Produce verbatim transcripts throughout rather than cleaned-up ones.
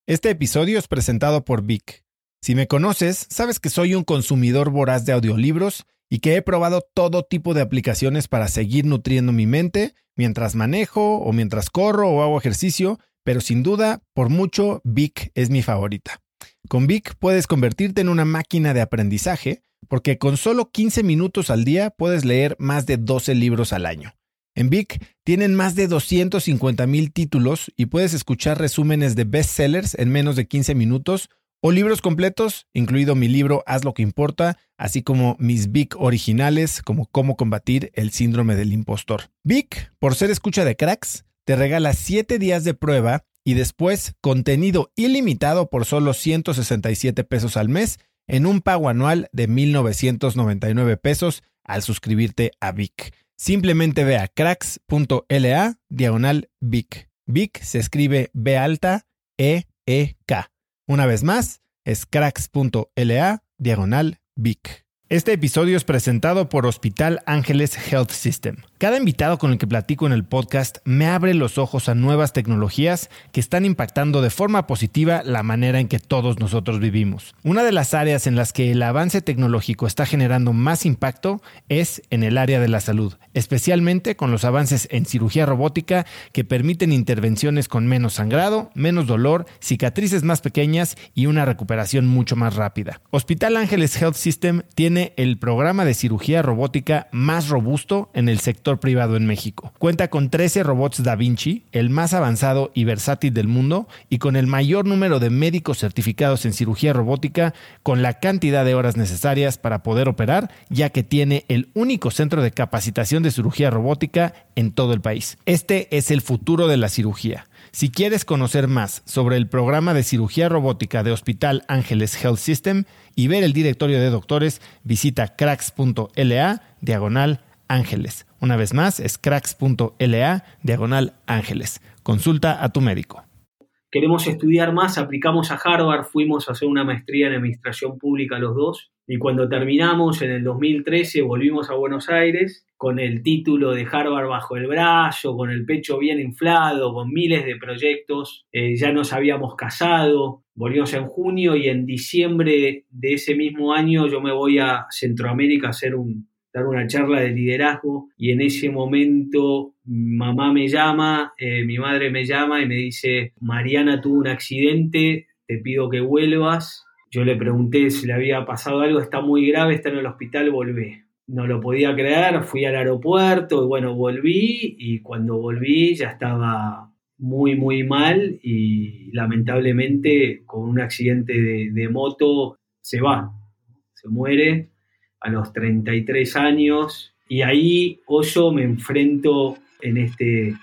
Este episodio es presentado por Vic. Si me conoces, sabes que soy un consumidor voraz de audiolibros y que he probado todo tipo de aplicaciones para seguir nutriendo mi mente mientras manejo o mientras corro o hago ejercicio, pero sin duda, por mucho, Vic es mi favorita. Con Vic puedes convertirte en una máquina de aprendizaje porque con solo quince minutos al día puedes leer más de doce libros al año. En Vic tienen más de doscientos cincuenta mil títulos y puedes escuchar resúmenes de bestsellers en menos de quince minutos o libros completos, incluido mi libro Haz lo que importa, así como mis Vic originales como Cómo combatir el síndrome del impostor. Vic, por ser escucha de Cracks, te regala siete días de prueba y después contenido ilimitado por solo ciento sesenta y siete pesos al mes en un pago anual de mil novecientos noventa y nueve pesos al suscribirte a Vic. Simplemente ve a cracks.la diagonal Vic. Vic se escribe B alta E E K. Una vez más, es cracks.la diagonal Vic. Este episodio es presentado por Hospital Ángeles Health System. Cada invitado con el que platico en el podcast me abre los ojos a nuevas tecnologías que están impactando de forma positiva la manera en que todos nosotros vivimos. Una de las áreas en las que el avance tecnológico está generando más impacto es en el área de la salud, especialmente con los avances en cirugía robótica que permiten intervenciones con menos sangrado, menos dolor, cicatrices más pequeñas y una recuperación mucho más rápida. Hospital Ángeles Health System tiene el programa de cirugía robótica más robusto en el sector privado en México. Cuenta con trece robots Da Vinci, el más avanzado y versátil del mundo, y con el mayor número de médicos certificados en cirugía robótica, con la cantidad de horas necesarias para poder operar, ya que tiene el único centro de capacitación de cirugía robótica en todo el país. Este es el futuro de la cirugía. Si quieres conocer más sobre el programa de cirugía robótica de Hospital Ángeles Health System y ver el directorio de doctores, visita cracks.la diagonal ángeles. Una vez más, es cracks.la diagonal ángeles. Consulta a tu médico. Queremos estudiar más, aplicamos a Harvard, fuimos a hacer una maestría en administración pública los dos y cuando terminamos en el dos mil trece volvimos a Buenos Aires con el título de Harvard bajo el brazo, con el pecho bien inflado, con miles de proyectos, eh, ya nos habíamos casado, volvimos en junio y en diciembre de ese mismo año yo me voy a Centroamérica a hacer un, dar una charla de liderazgo y en ese momento mamá me llama, eh, mi madre me llama y me dice: Mariana tuvo un accidente, te pido que vuelvas. Yo le pregunté si le había pasado algo, está muy grave, está en el hospital, volvé. No lo podía creer, fui al aeropuerto y bueno, volví y cuando volví ya estaba muy muy mal y lamentablemente con un accidente de, de moto se va, se muere a los treinta y tres años y ahí yo me enfrento en este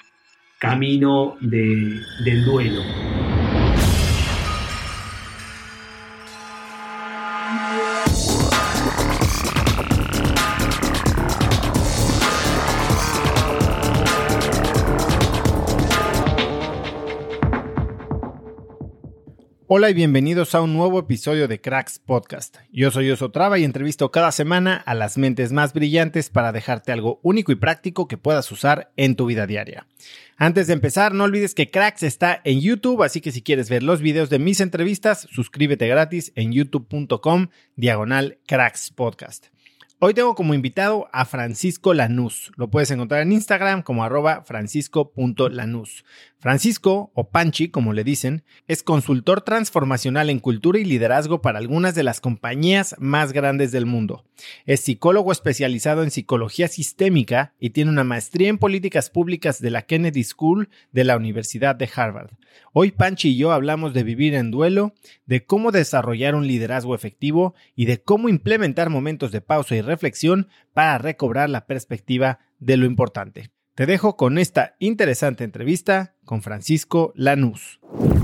camino de, del duelo. Hola y bienvenidos a un nuevo episodio de Cracks Podcast. Yo soy Oso Traba y entrevisto cada semana a las mentes más brillantes para dejarte algo único y práctico que puedas usar en tu vida diaria. Antes de empezar, no olvides que Cracks está en YouTube, así que si quieres ver los videos de mis entrevistas, suscríbete gratis en youtube.com diagonal Cracks Podcast. Hoy tengo como invitado a Francisco Lanús. Lo puedes encontrar en Instagram como arroba francisco punto lanús. Francisco, o Panchi como le dicen, es consultor transformacional en cultura y liderazgo para algunas de las compañías más grandes del mundo. Es psicólogo especializado en psicología sistémica y tiene una maestría en políticas públicas de la Kennedy School de la Universidad de Harvard. Hoy Panchi y yo hablamos de vivir en duelo, de cómo desarrollar un liderazgo efectivo y de cómo implementar momentos de pausa y reflexión para recobrar la perspectiva de lo importante. Te dejo con esta interesante entrevista con Francisco Lanús.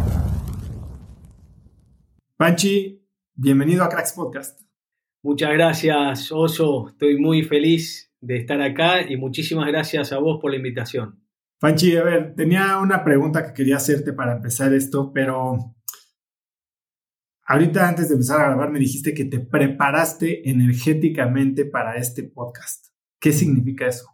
Panchi, bienvenido a Cracks Podcast. Muchas gracias, Oso. Estoy muy feliz de estar acá y muchísimas gracias a vos por la invitación. Panchi, a ver, tenía una pregunta que quería hacerte para empezar esto, pero ahorita antes de empezar a grabar me dijiste que te preparaste energéticamente para este podcast. ¿Qué significa eso?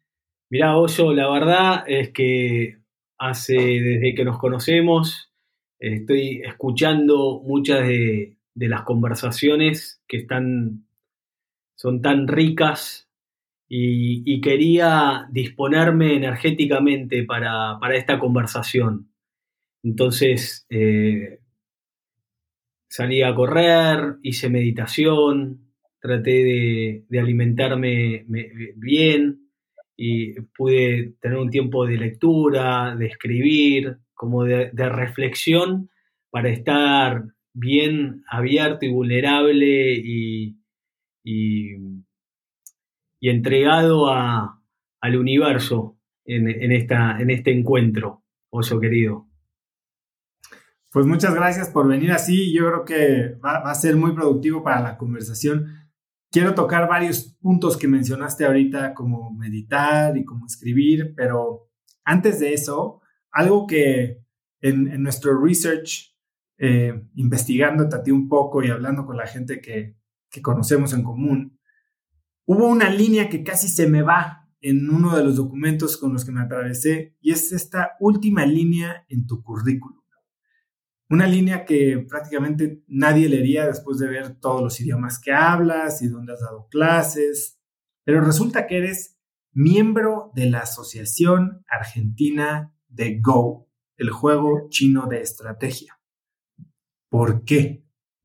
Mirá, Oso, la verdad es que hace, desde que nos conocemos, Estoy escuchando muchas de, de las conversaciones que están, son tan ricas y, y quería disponerme energéticamente para, para esta conversación. Entonces, eh, salí a correr, hice meditación, traté de, de alimentarme me- bien y pude tener un tiempo de lectura, de escribir, como de, de reflexión para estar bien abierto y vulnerable y, y- y entregado a- al universo en, en esta, en este encuentro, oso querido. Pues muchas gracias por venir así. Yo creo que va, va a ser muy productivo para la conversación. Quiero tocar varios puntos que mencionaste ahorita, como meditar y como escribir, pero antes de eso, algo que en, en nuestro research, eh, investigando a ti un poco y hablando con la gente que, que conocemos en común, hubo una línea que casi se me va en uno de los documentos con los que me atravesé, y es esta última línea en tu currículum. Una línea que prácticamente nadie leería después de ver todos los idiomas que hablas y dónde has dado clases, pero resulta que eres miembro de la Asociación Argentina de Go, el juego chino de estrategia. ¿Por qué?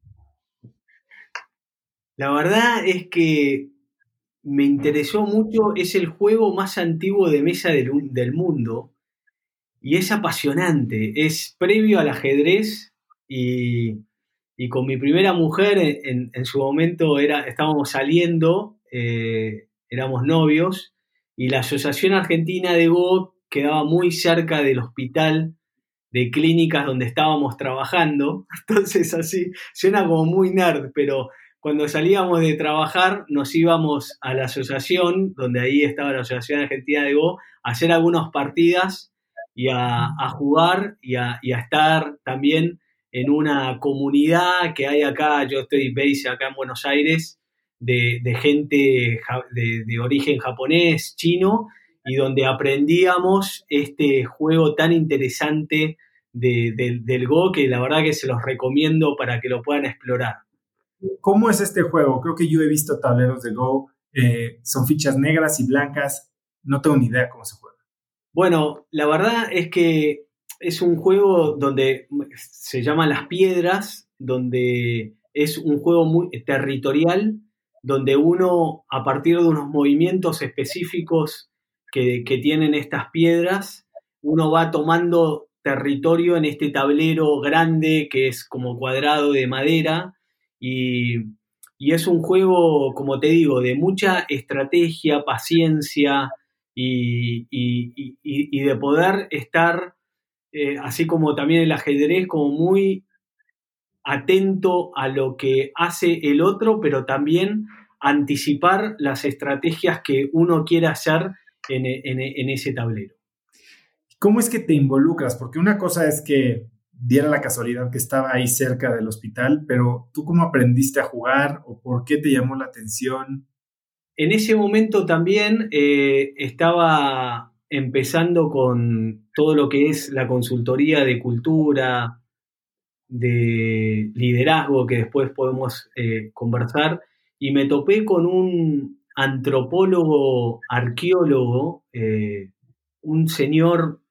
La verdad es que me interesó mucho, es el juego más antiguo de mesa del, del mundo y es apasionante, es previo al ajedrez y, y con mi primera mujer en, en su momento era, estábamos saliendo, eh, éramos novios y la Asociación Argentina de Go quedaba muy cerca del hospital de clínicas donde estábamos trabajando, entonces así suena como muy nerd, pero cuando salíamos de trabajar nos íbamos a la asociación, donde ahí estaba la Asociación Argentina de Go, a hacer algunas partidas y a, a jugar y a, y a estar también en una comunidad que hay acá, yo estoy base acá en Buenos Aires, de, de gente de, de origen japonés, chino, y donde aprendíamos este juego tan interesante de, de, del Go, que la verdad que se los recomiendo para que lo puedan explorar. ¿Cómo es este juego? Creo que yo he visto tableros de Go, eh, son fichas negras y blancas, no tengo ni idea cómo se juega. Bueno, la verdad es que es un juego donde se llaman las piedras, donde es un juego muy territorial, donde uno, a partir de unos movimientos específicos que, que tienen estas piedras, uno va tomando territorio en este tablero grande que es como cuadrado de madera y, y es un juego, como te digo, de mucha estrategia, paciencia, y, y, y, y de poder estar, eh, así como también el ajedrez, como muy atento a lo que hace el otro, pero también anticipar las estrategias que uno quiere hacer en, en, en ese tablero. ¿Cómo es que te involucras? Porque una cosa es que diera la casualidad que estaba ahí cerca del hospital, pero ¿tú cómo aprendiste a jugar o por qué te llamó la atención? En ese momento también eh, estaba empezando con todo lo que es la consultoría de cultura, de liderazgo, que después podemos eh, conversar, y me topé con un antropólogo, arqueólogo, eh, un señor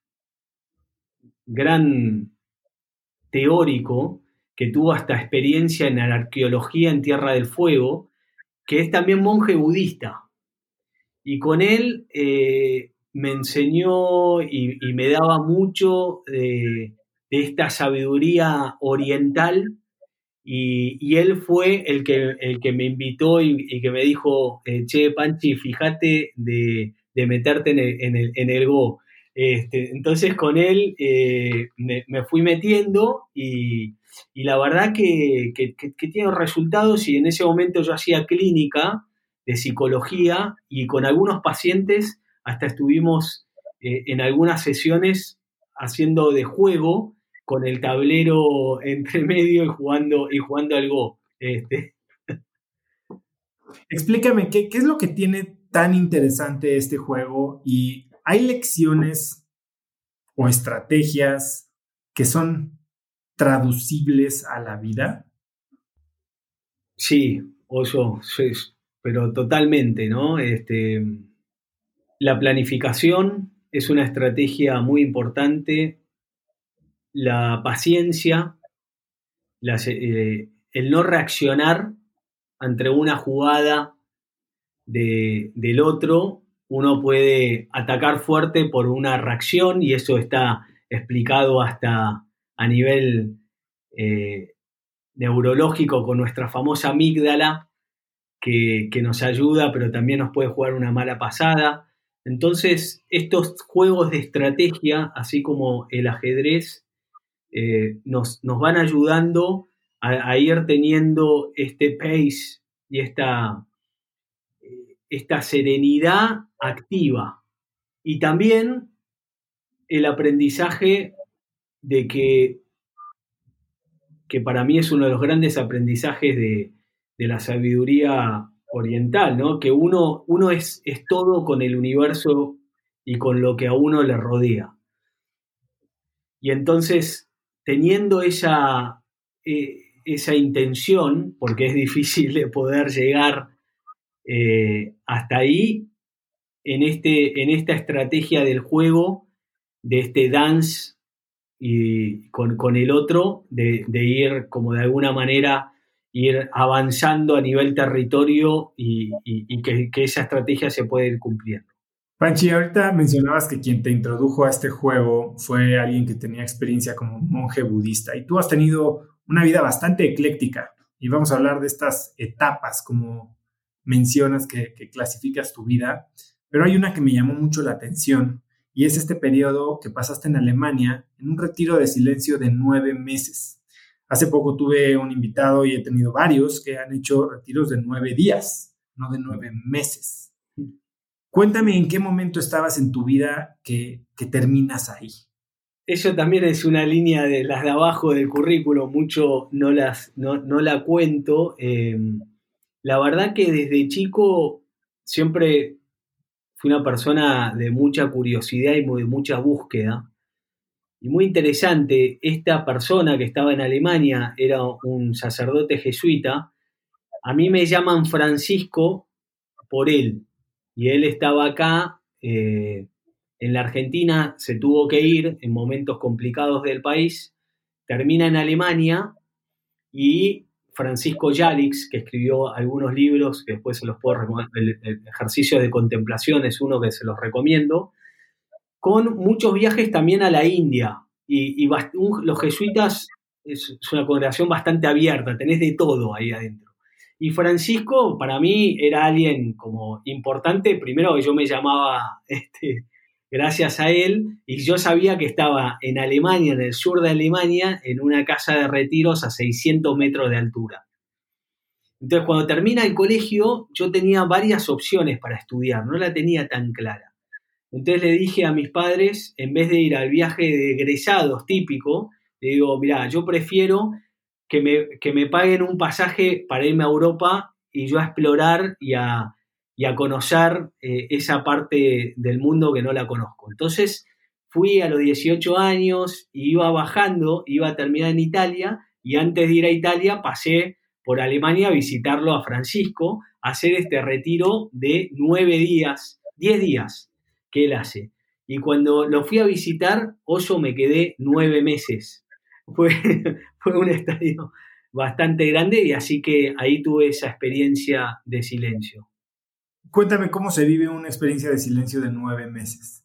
gran teórico que tuvo hasta experiencia en la arqueología en Tierra del Fuego, que es también monje budista. Y con él eh, me enseñó y, y, me daba mucho de, de esta sabiduría oriental. Y, y, él fue el que, el que me invitó y, y que me dijo, eh, che, Panchi, fíjate de, de meterte en el, en el, en el Go. Este, entonces con él eh, me, me, fui metiendo y, y la verdad que, que, que, que tiene resultados, y en ese momento yo hacía clínica de psicología y con algunos pacientes hasta estuvimos eh, en algunas sesiones haciendo de juego con el tablero entre medio y jugando, y jugando al Go. Este. Explícame, ¿qué, ¿qué es lo que tiene tan interesante este juego? ¿Y hay lecciones o estrategias que son traducibles a la vida? Sí, Oso, sí, pero totalmente, ¿no? Este, la planificación es una estrategia muy importante, la paciencia, las, eh, el no reaccionar ante una jugada de, del otro. Uno puede atacar fuerte por una reacción y eso está explicado hasta a nivel eh, neurológico con nuestra famosa amígdala que, que nos ayuda, pero también nos puede jugar una mala pasada. Entonces, estos juegos de estrategia, así como el ajedrez, eh, nos, nos van ayudando a, a ir teniendo este pace y esta, esta serenidad activa. Y también el aprendizaje de que, que para mí es uno de los grandes aprendizajes de, de la sabiduría oriental, ¿no? Que uno, uno es, es todo con el universo y con lo que a uno le rodea. Y entonces, teniendo esa, eh, esa intención, porque es difícil de poder llegar eh, hasta ahí, en, este, en esta estrategia del juego, de este dance y con, con el otro, de, de ir como de alguna manera ir avanzando a nivel territorio y, y, y que, que esa estrategia se puede ir cumpliendo. Panchi, ahorita mencionabas que quien te introdujo a este juego fue alguien que tenía experiencia como monje budista y tú has tenido una vida bastante ecléctica y vamos a hablar de estas etapas como mencionas que, que clasificas tu vida, pero hay una que me llamó mucho la atención y es este periodo que pasaste en Alemania en un retiro de silencio de nueve meses. Hace poco tuve un invitado y he tenido varios que han hecho retiros de nueve días, no de nueve meses. Cuéntame en qué momento estabas en tu vida que, que terminas ahí. Eso también es una línea de las de abajo del currículo, mucho no, las, no, no la cuento. Eh, la verdad que desde chico siempre fui una persona de mucha curiosidad y de mucha búsqueda. Y muy interesante, esta persona que estaba en Alemania era un sacerdote jesuita. A mí me llaman Francisco por él. Y él estaba acá, eh, en la Argentina, se tuvo que ir en momentos complicados del país, termina en Alemania y Francisco Yalix, que escribió algunos libros, que después se los puedo recomendar, el, el ejercicio de contemplación es uno que se los recomiendo, con muchos viajes también a la India. Y, y bast- un, los jesuitas es, es una congregación bastante abierta, tenés de todo ahí adentro. Y Francisco, para mí, era alguien como importante, primero que yo me llamaba este, gracias a él, y yo sabía que estaba en Alemania, en el sur de Alemania, en una casa de retiros a seiscientos metros de altura. Entonces, cuando termina el colegio, yo tenía varias opciones para estudiar, no la tenía tan clara. Entonces le dije a mis padres, en vez de ir al viaje de egresados típico, le digo, mirá, yo prefiero que me, que me paguen un pasaje para irme a Europa y yo a explorar y a, y a conocer eh, esa parte del mundo que no la conozco. Entonces fui a los dieciocho años y iba bajando, iba a terminar en Italia y antes de ir a Italia pasé por Alemania a visitarlo a Francisco, a hacer este retiro de nueve días, diez días que él hace. Y cuando lo fui a visitar, Oso, me quedé nueve meses. Fue, fue un estadio bastante grande y así que ahí tuve esa experiencia de silencio. Cuéntame cómo se vive una experiencia de silencio de nueve meses.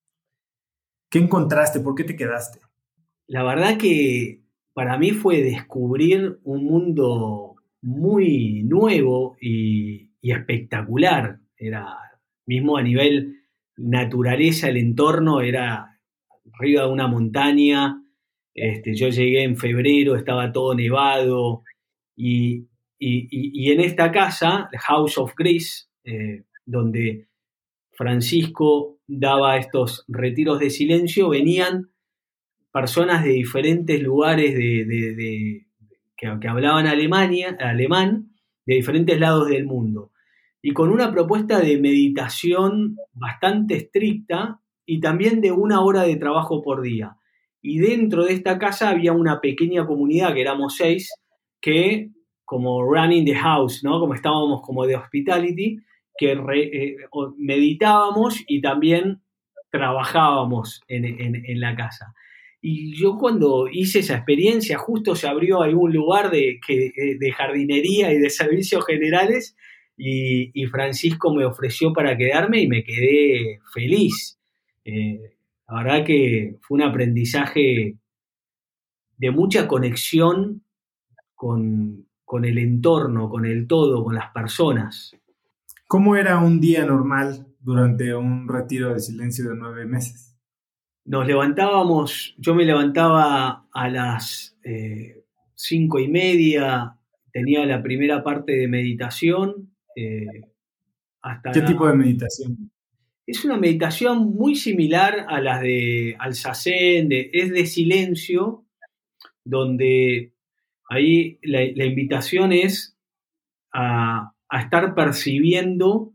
¿Qué encontraste? ¿Por qué te quedaste? La verdad que para mí fue descubrir un mundo muy nuevo y, y espectacular. Era mismo a nivel naturaleza, el entorno era arriba de una montaña. Este, yo llegué en febrero, estaba todo nevado y, y, y, y en esta casa, House of Grace, eh, donde Francisco daba estos retiros de silencio, venían personas de diferentes lugares de, de, de, que, que hablaban Alemania, alemán, de diferentes lados del mundo. Y con una propuesta de meditación bastante estricta y también de una hora de trabajo por día. y dentro de esta casa había una pequeña comunidad, que éramos seis, que como running the house, ¿no? Como estábamos como de hospitality, que re, eh, meditábamos y también trabajábamos en, en, en la casa. Y yo cuando hice esa experiencia, justo se abrió algún lugar de, que, de jardinería y de servicios generales, y, y Francisco me ofreció para quedarme y me quedé feliz. Eh, la verdad que fue un aprendizaje de mucha conexión con, con el entorno, con el todo, con las personas. ¿Cómo era un día normal durante un retiro de silencio de nueve meses? Nos levantábamos, yo me levantaba a las eh, cinco y media, tenía la primera parte de meditación. Eh, hasta ¿Qué la, tipo de meditación? Es una meditación muy similar a las de Alsacén, de, es de silencio, donde ahí la, la invitación es a, a estar percibiendo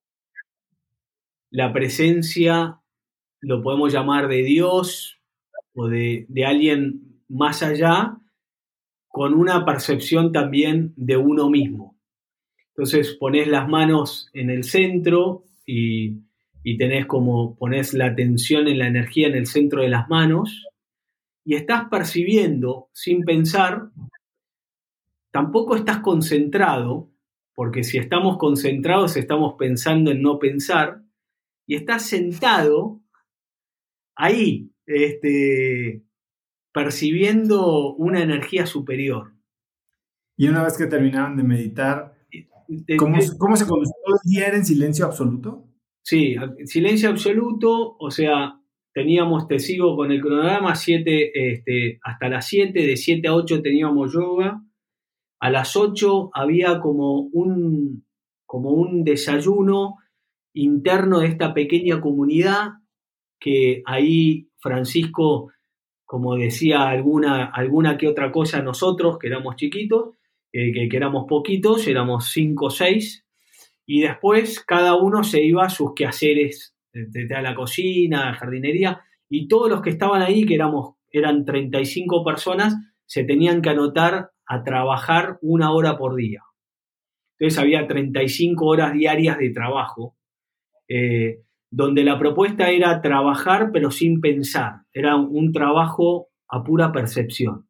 la presencia, lo podemos llamar de Dios o de, de alguien más allá, con una percepción también de uno mismo. Entonces ponés las manos en el centro y, y tenés como, ponés la atención en la energía en el centro de las manos y estás percibiendo sin pensar, tampoco estás concentrado, porque si estamos concentrados estamos pensando en no pensar, y estás sentado ahí, este, percibiendo una energía superior. Y una vez que terminaron de meditar, ¿cómo, cómo se comenzó? ¿Todo el día era en silencio absoluto? Sí, silencio absoluto, o sea, teníamos, te sigo con el cronograma, siete, este, hasta las siete, de siete a ocho teníamos yoga, a las ocho había como un, como un desayuno interno de esta pequeña comunidad, que ahí Francisco, como decía alguna, alguna que otra cosa a nosotros, que éramos chiquitos, eh, que, que éramos poquitos, éramos cinco o seis, y después cada uno se iba a sus quehaceres, desde a la cocina, jardinería, y todos los que estaban ahí, que éramos, eran treinta y cinco personas, se tenían que anotar a trabajar una hora por día. Entonces había treinta y cinco horas diarias de trabajo, eh, donde la propuesta era trabajar pero sin pensar, era un trabajo a pura percepción.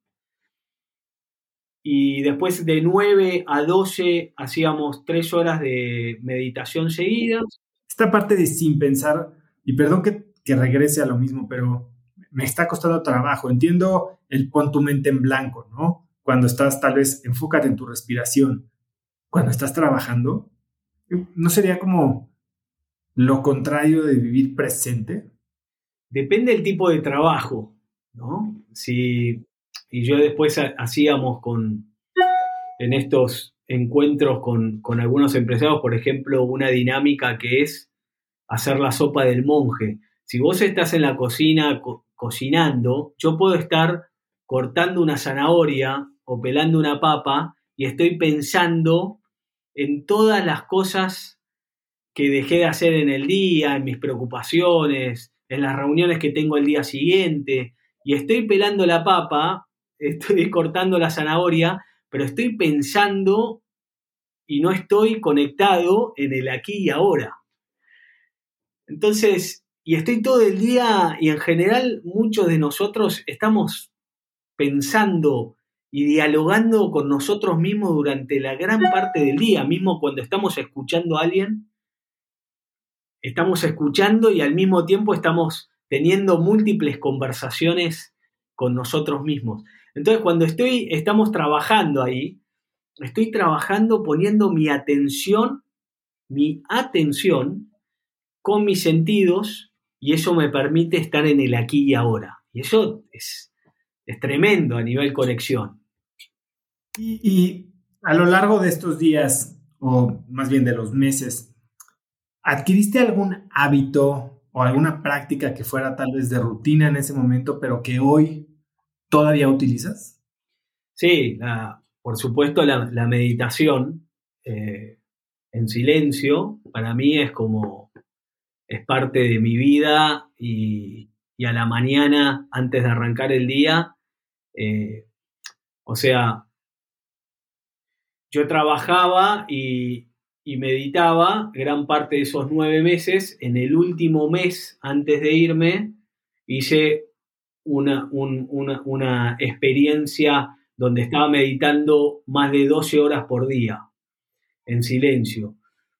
Y después de nueve a doce hacíamos tres horas de meditación seguidas. Esta parte de sin pensar, y perdón que, que regrese a lo mismo, pero me está costando trabajo. Entiendo el pon tu mente en blanco, ¿no? Cuando estás, tal vez, enfócate en tu respiración. Cuando estás trabajando, ¿no sería como lo contrario de vivir presente? Depende del tipo de trabajo, ¿no? Si, y yo después hacíamos con, en estos encuentros con, con algunos empresarios, por ejemplo, una dinámica que es hacer la sopa del monje. Si vos estás en la cocina co- cocinando, yo puedo estar cortando una zanahoria o pelando una papa y estoy pensando en todas las cosas que dejé de hacer en el día, en mis preocupaciones, en las reuniones que tengo el día siguiente, y estoy pelando la papa, estoy cortando la zanahoria, pero estoy pensando y no estoy conectado en el aquí y ahora. Entonces, y estoy todo el día, y en general muchos de nosotros estamos pensando y dialogando con nosotros mismos durante la gran parte del día, mismo cuando estamos escuchando a alguien, estamos escuchando y al mismo tiempo estamos teniendo múltiples conversaciones con nosotros mismos. Entonces, cuando estoy, estamos trabajando ahí, estoy trabajando poniendo mi atención, mi atención con mis sentidos, y eso me permite estar en el aquí y ahora. Y eso es, es tremendo a nivel conexión. Y, y a lo largo de estos días, o más bien de los meses, ¿adquiriste algún hábito o alguna práctica que fuera tal vez de rutina en ese momento, pero que hoy todavía utilizas? Sí, la, por supuesto la, la meditación eh, en silencio para mí es como, es parte de mi vida y, y a la mañana, antes de arrancar el día, eh, o sea, yo trabajaba y, y meditaba gran parte de esos nueve meses. En el último mes, antes de irme, hice una, un, una, una experiencia donde estaba meditando más de doce horas por día, en silencio.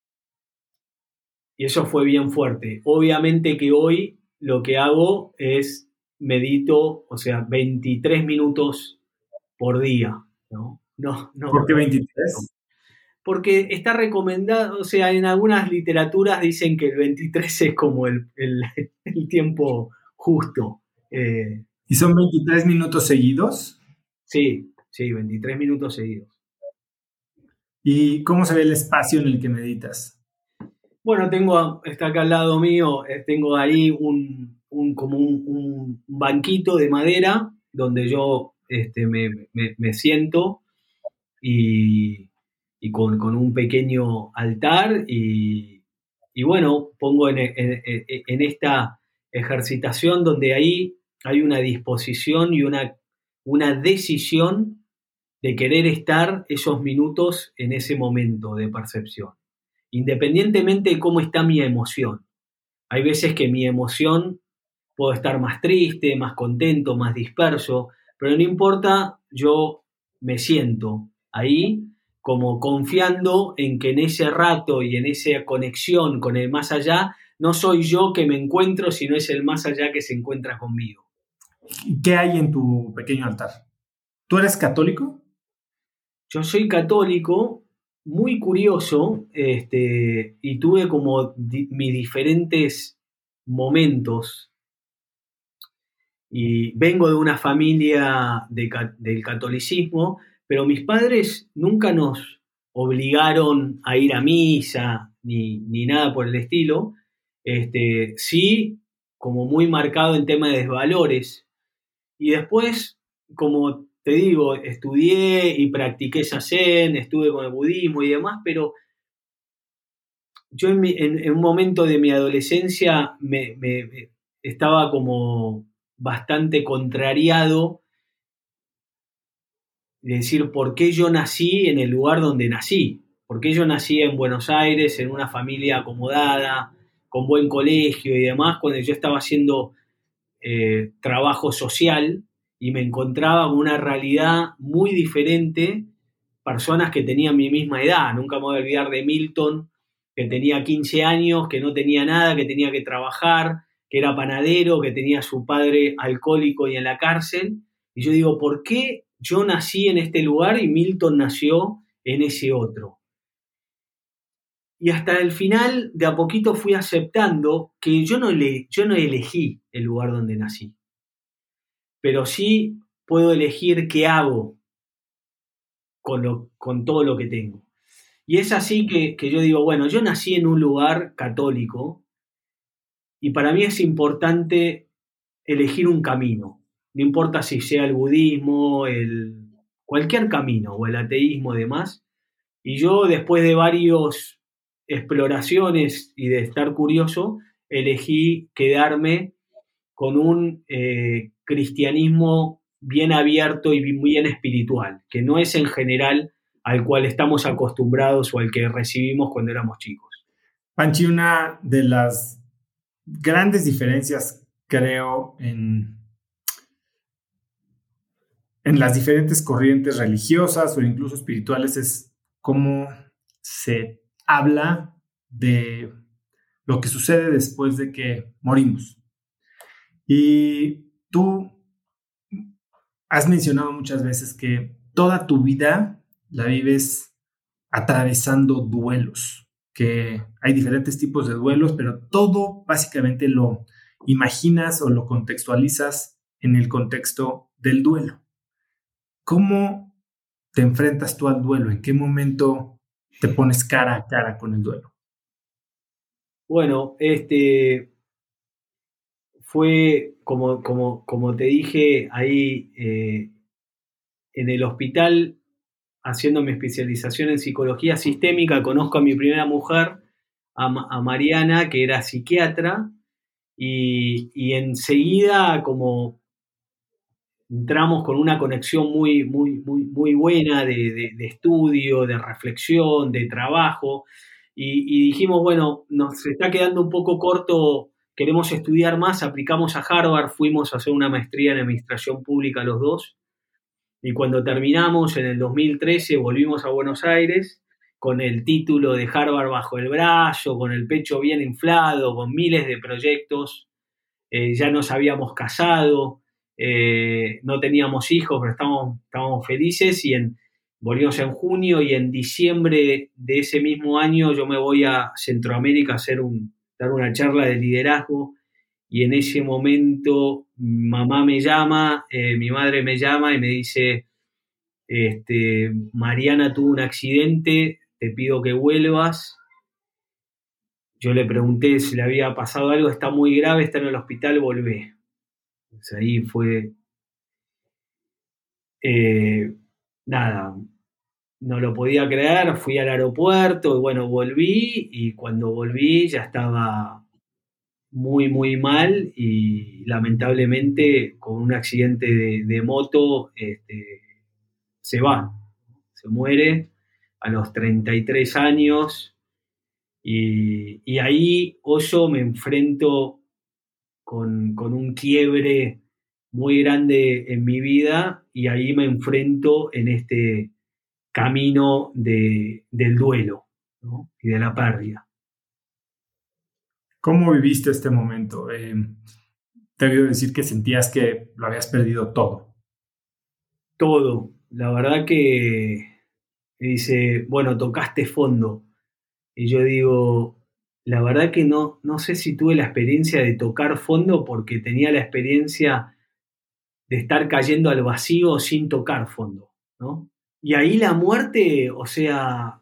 Y eso fue bien fuerte. Obviamente que hoy lo que hago es medito, o sea, veintitrés minutos por día, ¿no? No, no. ¿Por qué veintitrés? Porque está recomendado, o sea, en algunas literaturas dicen que el veintitrés es como el, el, el tiempo justo. Eh, ¿Y son veintitrés minutos seguidos? Sí, sí, veintitrés minutos seguidos. ¿Y cómo se ve el espacio en el que meditas? Bueno, tengo, está acá al lado mío, tengo ahí un, un como un, un banquito de madera donde yo este, me, me, me siento y, y con, con un pequeño altar y, y bueno, pongo en, en, en esta ejercitación donde ahí hay una disposición y una, una decisión de querer estar esos minutos en ese momento de percepción, independientemente de cómo está mi emoción. Hay veces que mi emoción puedo estar más triste, más contento, más disperso, pero no importa, yo me siento ahí como confiando en que en ese rato y en esa conexión con el más allá, no soy yo que me encuentro, sino es el más allá que se encuentra conmigo. ¿Qué hay en tu pequeño altar? ¿Tú eres católico? Yo soy católico, muy curioso, este, y tuve como di- mis diferentes momentos. Y vengo de una familia de, del catolicismo, pero mis padres nunca nos obligaron a ir a misa ni, ni nada por el estilo. Este, sí, como muy marcado en tema de valores. Y después, como te digo, estudié y practiqué Zazen, estuve con el budismo y demás, pero yo en, mi, en, en un momento de mi adolescencia me, me, me estaba como bastante contrariado de decir por qué yo nací en el lugar donde nací, por qué yo nací en Buenos Aires, en una familia acomodada, con buen colegio y demás, cuando yo estaba haciendo eh, trabajo social y me encontraba con una realidad muy diferente, personas que tenían mi misma edad. Nunca me voy a olvidar de Milton, que tenía quince años, que no tenía nada, que tenía que trabajar, que era panadero, que tenía a su padre alcohólico y en la cárcel. Y yo digo, ¿por qué yo nací en este lugar y Milton nació en ese otro? Y hasta el final, de a poquito fui aceptando que yo no, le, yo no elegí el lugar donde nací, pero sí puedo elegir qué hago con, lo, con todo lo que tengo. Y es así que, que yo digo, bueno, yo nací en un lugar católico y para mí es importante elegir un camino. No importa si sea el budismo, el, cualquier camino, o el ateísmo y demás. Y yo, después de varias exploraciones y de estar curioso, elegí quedarme con un eh, cristianismo bien abierto y bien espiritual, que no es en general al cual estamos acostumbrados o al que recibimos cuando éramos chicos. Panchi, una de las grandes diferencias, creo, en, en las diferentes corrientes religiosas o incluso espirituales es cómo se habla de lo que sucede después de que morimos. Y tú has mencionado muchas veces que toda tu vida la vives atravesando duelos, que hay diferentes tipos de duelos, pero todo básicamente lo imaginas o lo contextualizas en el contexto del duelo. ¿Cómo te enfrentas tú al duelo? ¿En qué momento te pones cara a cara con el duelo? Bueno, este fue como, como, como te dije ahí eh, en el hospital, haciendo mi especialización en psicología sistémica, conozco a mi primera mujer, a, a Mariana, que era psiquiatra, y, y enseguida como entramos con una conexión muy, muy, muy, muy buena de, de, de estudio, de reflexión, de trabajo, y, y dijimos, bueno, nos está quedando un poco corto, queremos estudiar más, aplicamos a Harvard, fuimos a hacer una maestría en administración pública los dos, y cuando terminamos en el dos mil trece volvimos a Buenos Aires con el título de Harvard bajo el brazo, con el pecho bien inflado, con miles de proyectos. Eh, ya nos habíamos casado, eh, no teníamos hijos, pero estábamos, estábamos felices y en, volvimos en junio y en diciembre de ese mismo año yo me voy a Centroamérica a hacer un, dar una charla de liderazgo y en ese momento mamá me llama, eh, mi madre me llama y me dice, este, Mariana tuvo un accidente, te pido que vuelvas. Yo le pregunté si le había pasado algo, está muy grave, está en el hospital, volvé. Entonces ahí fue, eh, nada, no lo podía creer, fui al aeropuerto y bueno, volví y cuando volví ya estaba muy, muy mal y lamentablemente con un accidente de, de moto este, se va, se muere a los treinta y tres años y, y ahí yo me enfrento con, con un quiebre muy grande en mi vida y ahí me enfrento en este camino de, del duelo, ¿no? Y de la pérdida. ¿Cómo viviste este momento? Eh, te he oído decir que sentías que lo habías perdido todo. Todo. La verdad que me dice, bueno, tocaste fondo. Y yo digo, la verdad que no, no sé si tuve la experiencia de tocar fondo porque tenía la experiencia de estar cayendo al vacío sin tocar fondo, ¿no? Y ahí la muerte, o sea,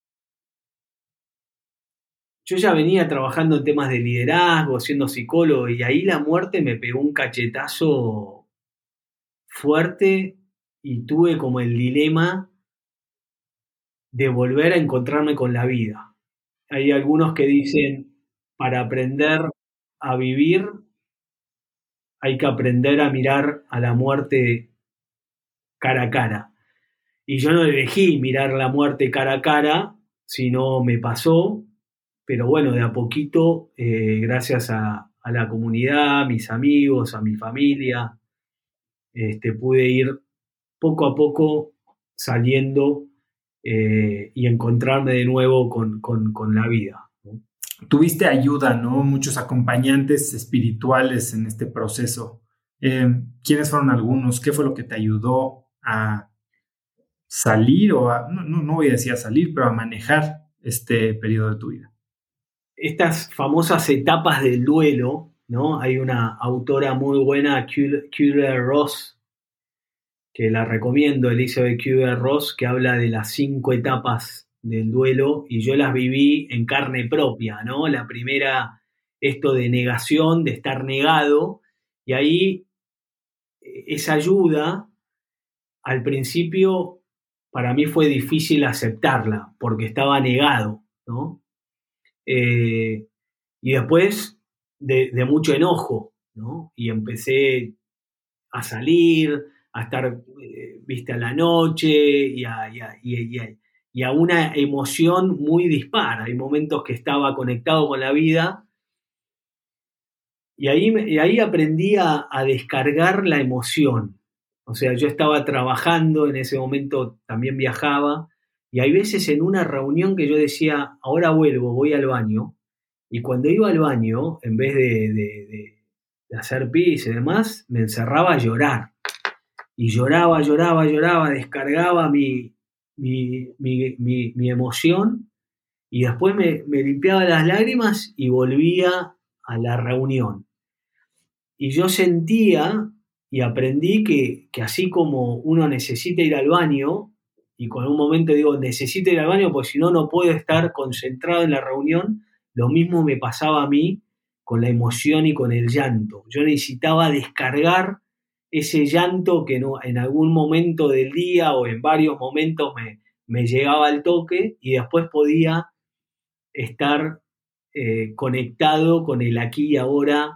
yo ya venía trabajando en temas de liderazgo, siendo psicólogo, y ahí la muerte me pegó un cachetazo fuerte y tuve como el dilema de volver a encontrarme con la vida. Hay algunos que dicen, para aprender a vivir hay que aprender a mirar a la muerte cara a cara. Y yo no elegí mirar la muerte cara a cara, sino me pasó, pero bueno, de a poquito, eh, gracias a, a la comunidad, a mis amigos, a mi familia, este, pude ir poco a poco saliendo eh, y encontrarme de nuevo con, con, con la vida, ¿no? Tuviste ayuda, ¿no? Muchos acompañantes espirituales en este proceso. Eh, ¿Quiénes fueron algunos? ¿Qué fue lo que te ayudó a salir o a, no, no, no voy a decir a salir, pero a manejar este periodo de tu vida? Estas famosas etapas del duelo, ¿no? Hay una autora muy buena, Kübler-Ross, que la recomiendo, Elizabeth Kübler-Ross, que habla de las cinco etapas del duelo y yo las viví en carne propia, ¿no? La primera, esto de negación, de estar negado, y ahí esa ayuda, al principio, para mí fue difícil aceptarla, porque estaba negado, ¿no? Eh, y después de, de mucho enojo, ¿no? Y empecé a salir, a estar, eh, viste, a la noche y a, y, a, y, a, y a una emoción muy dispar. Hay momentos que estaba conectado con la vida y ahí, y ahí aprendí a, a descargar la emoción. O sea, yo estaba trabajando, en ese momento también viajaba, y hay veces en una reunión que yo decía, ahora vuelvo, voy al baño, y cuando iba al baño, en vez de, de, de, de hacer pis y demás, me encerraba a llorar. Y lloraba, lloraba, lloraba, descargaba mi, mi, mi, mi, mi emoción, y después me, me limpiaba las lágrimas y volvía a la reunión. Y yo sentía y aprendí que, que así como uno necesita ir al baño, y con un momento digo, necesito ir al baño porque si no, no puedo estar concentrado en la reunión, lo mismo me pasaba a mí con la emoción y con el llanto. Yo necesitaba descargar ese llanto que no, en algún momento del día o en varios momentos me, me llegaba al toque y después podía estar eh, conectado con el aquí y ahora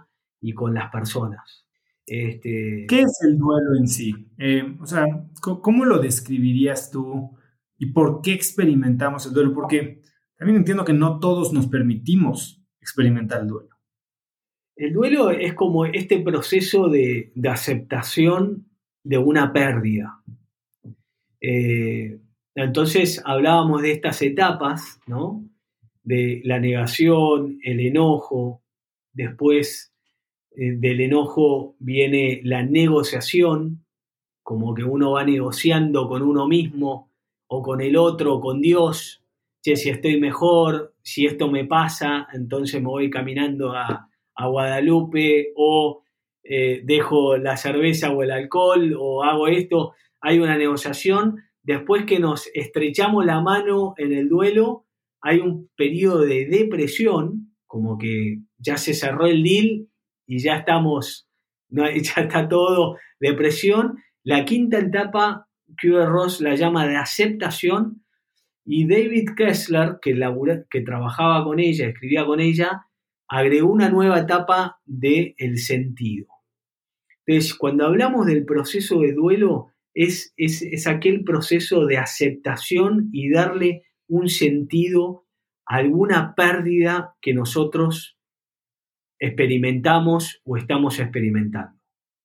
y con las personas. Este... ¿Qué es el duelo en sí? Eh, o sea, ¿cómo lo describirías tú y por qué experimentamos el duelo? Porque también entiendo que no todos nos permitimos experimentar el duelo. El duelo es como este proceso de, de aceptación de una pérdida. Eh, entonces hablábamos de estas etapas, ¿no? De la negación, el enojo, después eh, del enojo viene la negociación, como que uno va negociando con uno mismo o con el otro o con Dios, che, si estoy mejor, si esto me pasa, entonces me voy caminando a, a Guadalupe o eh, dejo la cerveza o el alcohol o hago esto. Hay una negociación. Después que nos estrechamos la mano en el duelo, hay un periodo de depresión, como que ya se cerró el deal y ya estamos, no, ya está todo depresión. La quinta etapa, Kübler-Ross la llama de aceptación, y David Kessler, que, labura, que trabajaba con ella, escribía con ella, agregó una nueva etapa del sentido. Entonces, cuando hablamos del proceso de duelo, es, es, es aquel proceso de aceptación y darle un sentido a alguna pérdida que nosotros experimentamos o estamos experimentando.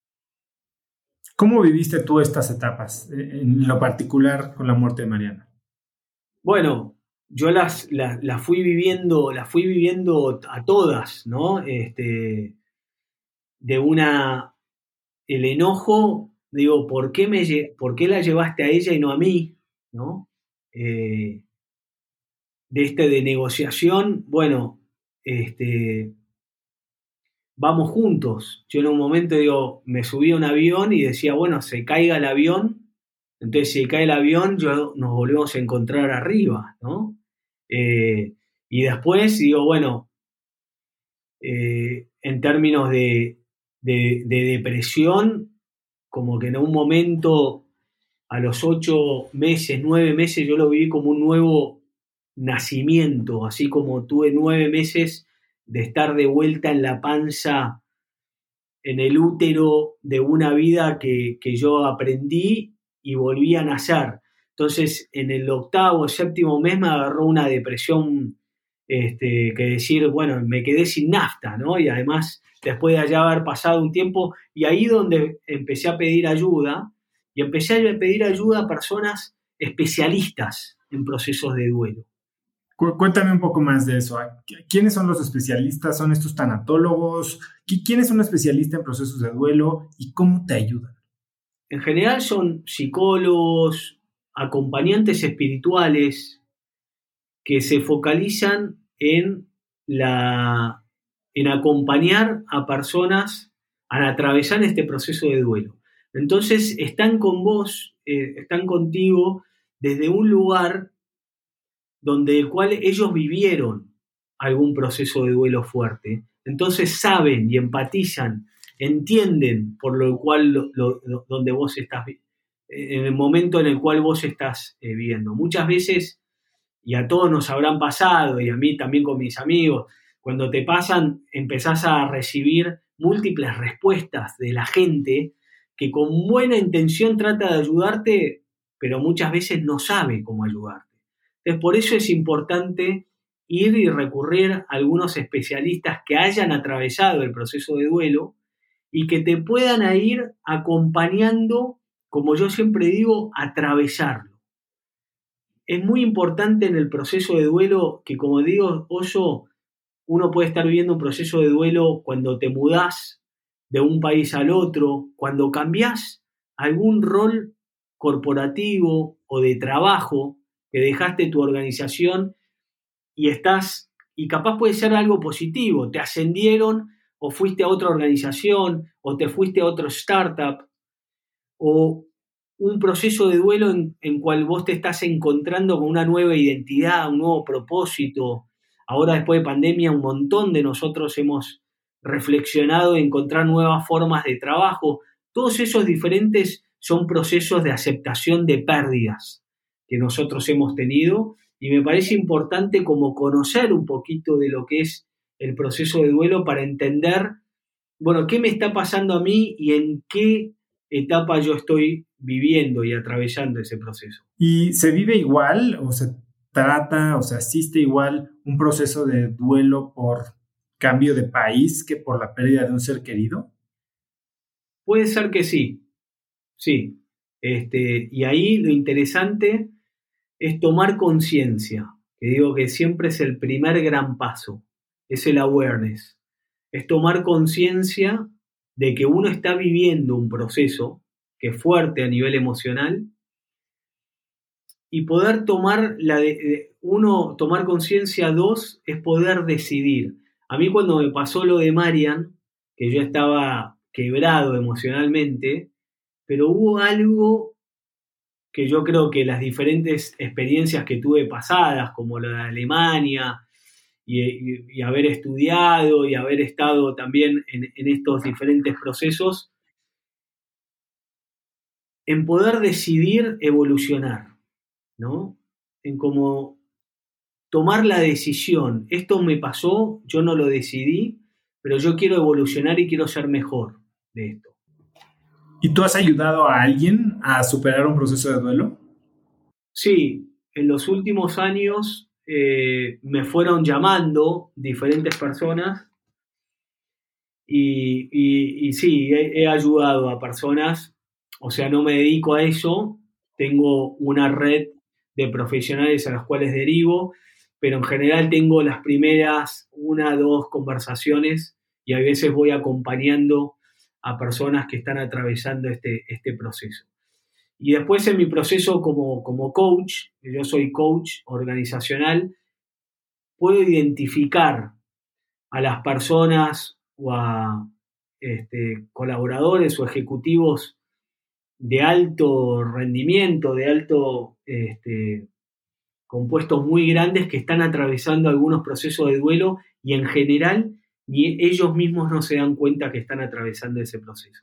¿Cómo viviste tú estas etapas, en lo particular con la muerte de Mariana? Bueno, yo las, las, las fui viviendo, las fui viviendo a todas, ¿no? Este, de una, el enojo, digo, ¿por qué, me, ¿por qué la llevaste a ella y no a mí? ¿No? Eh, de este de negociación, bueno, este, vamos juntos. Yo en un momento, digo, me subí a un avión y decía, bueno, se caiga el avión, entonces si cae el avión, yo, nos volvemos a encontrar arriba, ¿no? Eh, y después digo, bueno, eh, en términos de, de, de depresión, como que en un momento, a los ocho meses, nueve meses, yo lo viví como un nuevo nacimiento, así como tuve nueve meses de estar de vuelta en la panza, en el útero de una vida que, que yo aprendí y volví a nacer. Entonces, en el octavo, séptimo mes me agarró una depresión, este, que decir, bueno, me quedé sin nafta, ¿no? Y además, después de ya haber pasado un tiempo, y ahí donde empecé a pedir ayuda, y empecé a pedir ayuda a personas especialistas en procesos de duelo. Cuéntame un poco más de eso. ¿Quiénes son los especialistas? ¿Son estos tanatólogos? ¿Quién es un especialista en procesos de duelo y cómo te ayudan? En general son psicólogos, acompañantes espirituales que se focalizan en, la, en acompañar a personas a atravesar este proceso de duelo. Entonces están con vos, eh, están contigo desde un lugar donde el cual ellos vivieron algún proceso de duelo fuerte. Entonces saben y empatizan, entienden por lo cual lo, lo, lo, donde vos estás, en el momento en el cual vos estás eh, viviendo. Muchas veces, y a todos nos habrán pasado, y a mí también con mis amigos, cuando te pasan, empezás a recibir múltiples respuestas de la gente que con buena intención trata de ayudarte, pero muchas veces no sabe cómo ayudarte. Entonces, por eso es importante ir y recurrir a algunos especialistas que hayan atravesado el proceso de duelo y que te puedan ir acompañando, como yo siempre digo, a atravesarlo. Es muy importante en el proceso de duelo que, como digo, Oso, uno puede estar viviendo un proceso de duelo cuando te mudás de un país al otro, cuando cambiás algún rol corporativo o de trabajo, que dejaste tu organización y estás, y capaz puede ser algo positivo, te ascendieron o fuiste a otra organización o te fuiste a otro startup, o un proceso de duelo en, en cual vos te estás encontrando con una nueva identidad, un nuevo propósito. Ahora, después de pandemia, un montón de nosotros hemos reflexionado en encontrar nuevas formas de trabajo. Todos esos diferentes son procesos de aceptación de pérdidas que nosotros hemos tenido, y me parece importante como conocer un poquito de lo que es el proceso de duelo para entender bueno, ¿qué me está pasando a mí y en qué etapa yo estoy viviendo y atravesando ese proceso? ¿Y se vive igual o se trata o se asiste igual un proceso de duelo por cambio de país que por la pérdida de un ser querido? Puede ser que sí, sí. Este, y ahí lo interesante es tomar conciencia, que digo que siempre es el primer gran paso, es el awareness, es tomar conciencia de que uno está viviendo un proceso que es fuerte a nivel emocional y poder tomar la de, uno, tomar conciencia, dos, es poder decidir. A mí cuando me pasó lo de Marian, que yo estaba quebrado emocionalmente, pero hubo algo que yo creo que las diferentes experiencias que tuve pasadas, como la de Alemania, y, y, y haber estudiado y haber estado también en, en estos diferentes procesos, en poder decidir evolucionar, ¿no? En cómo tomar la decisión, esto me pasó, yo no lo decidí, pero yo quiero evolucionar y quiero ser mejor de esto. ¿Y tú has ayudado a alguien a superar un proceso de duelo? Sí, en los últimos años eh, me fueron llamando diferentes personas y, y, y sí, he, he ayudado a personas, o sea, no me dedico a eso, tengo una red de profesionales a las cuales derivo, pero en general tengo las primeras una, dos conversaciones y a veces voy acompañando a personas que están atravesando este, este proceso. Y después en mi proceso como, como coach, yo soy coach organizacional, puedo identificar a las personas o a este, colaboradores o ejecutivos de alto rendimiento, de alto este, compuestos muy grandes que están atravesando algunos procesos de duelo y en general ni ellos mismos no se dan cuenta que están atravesando ese proceso.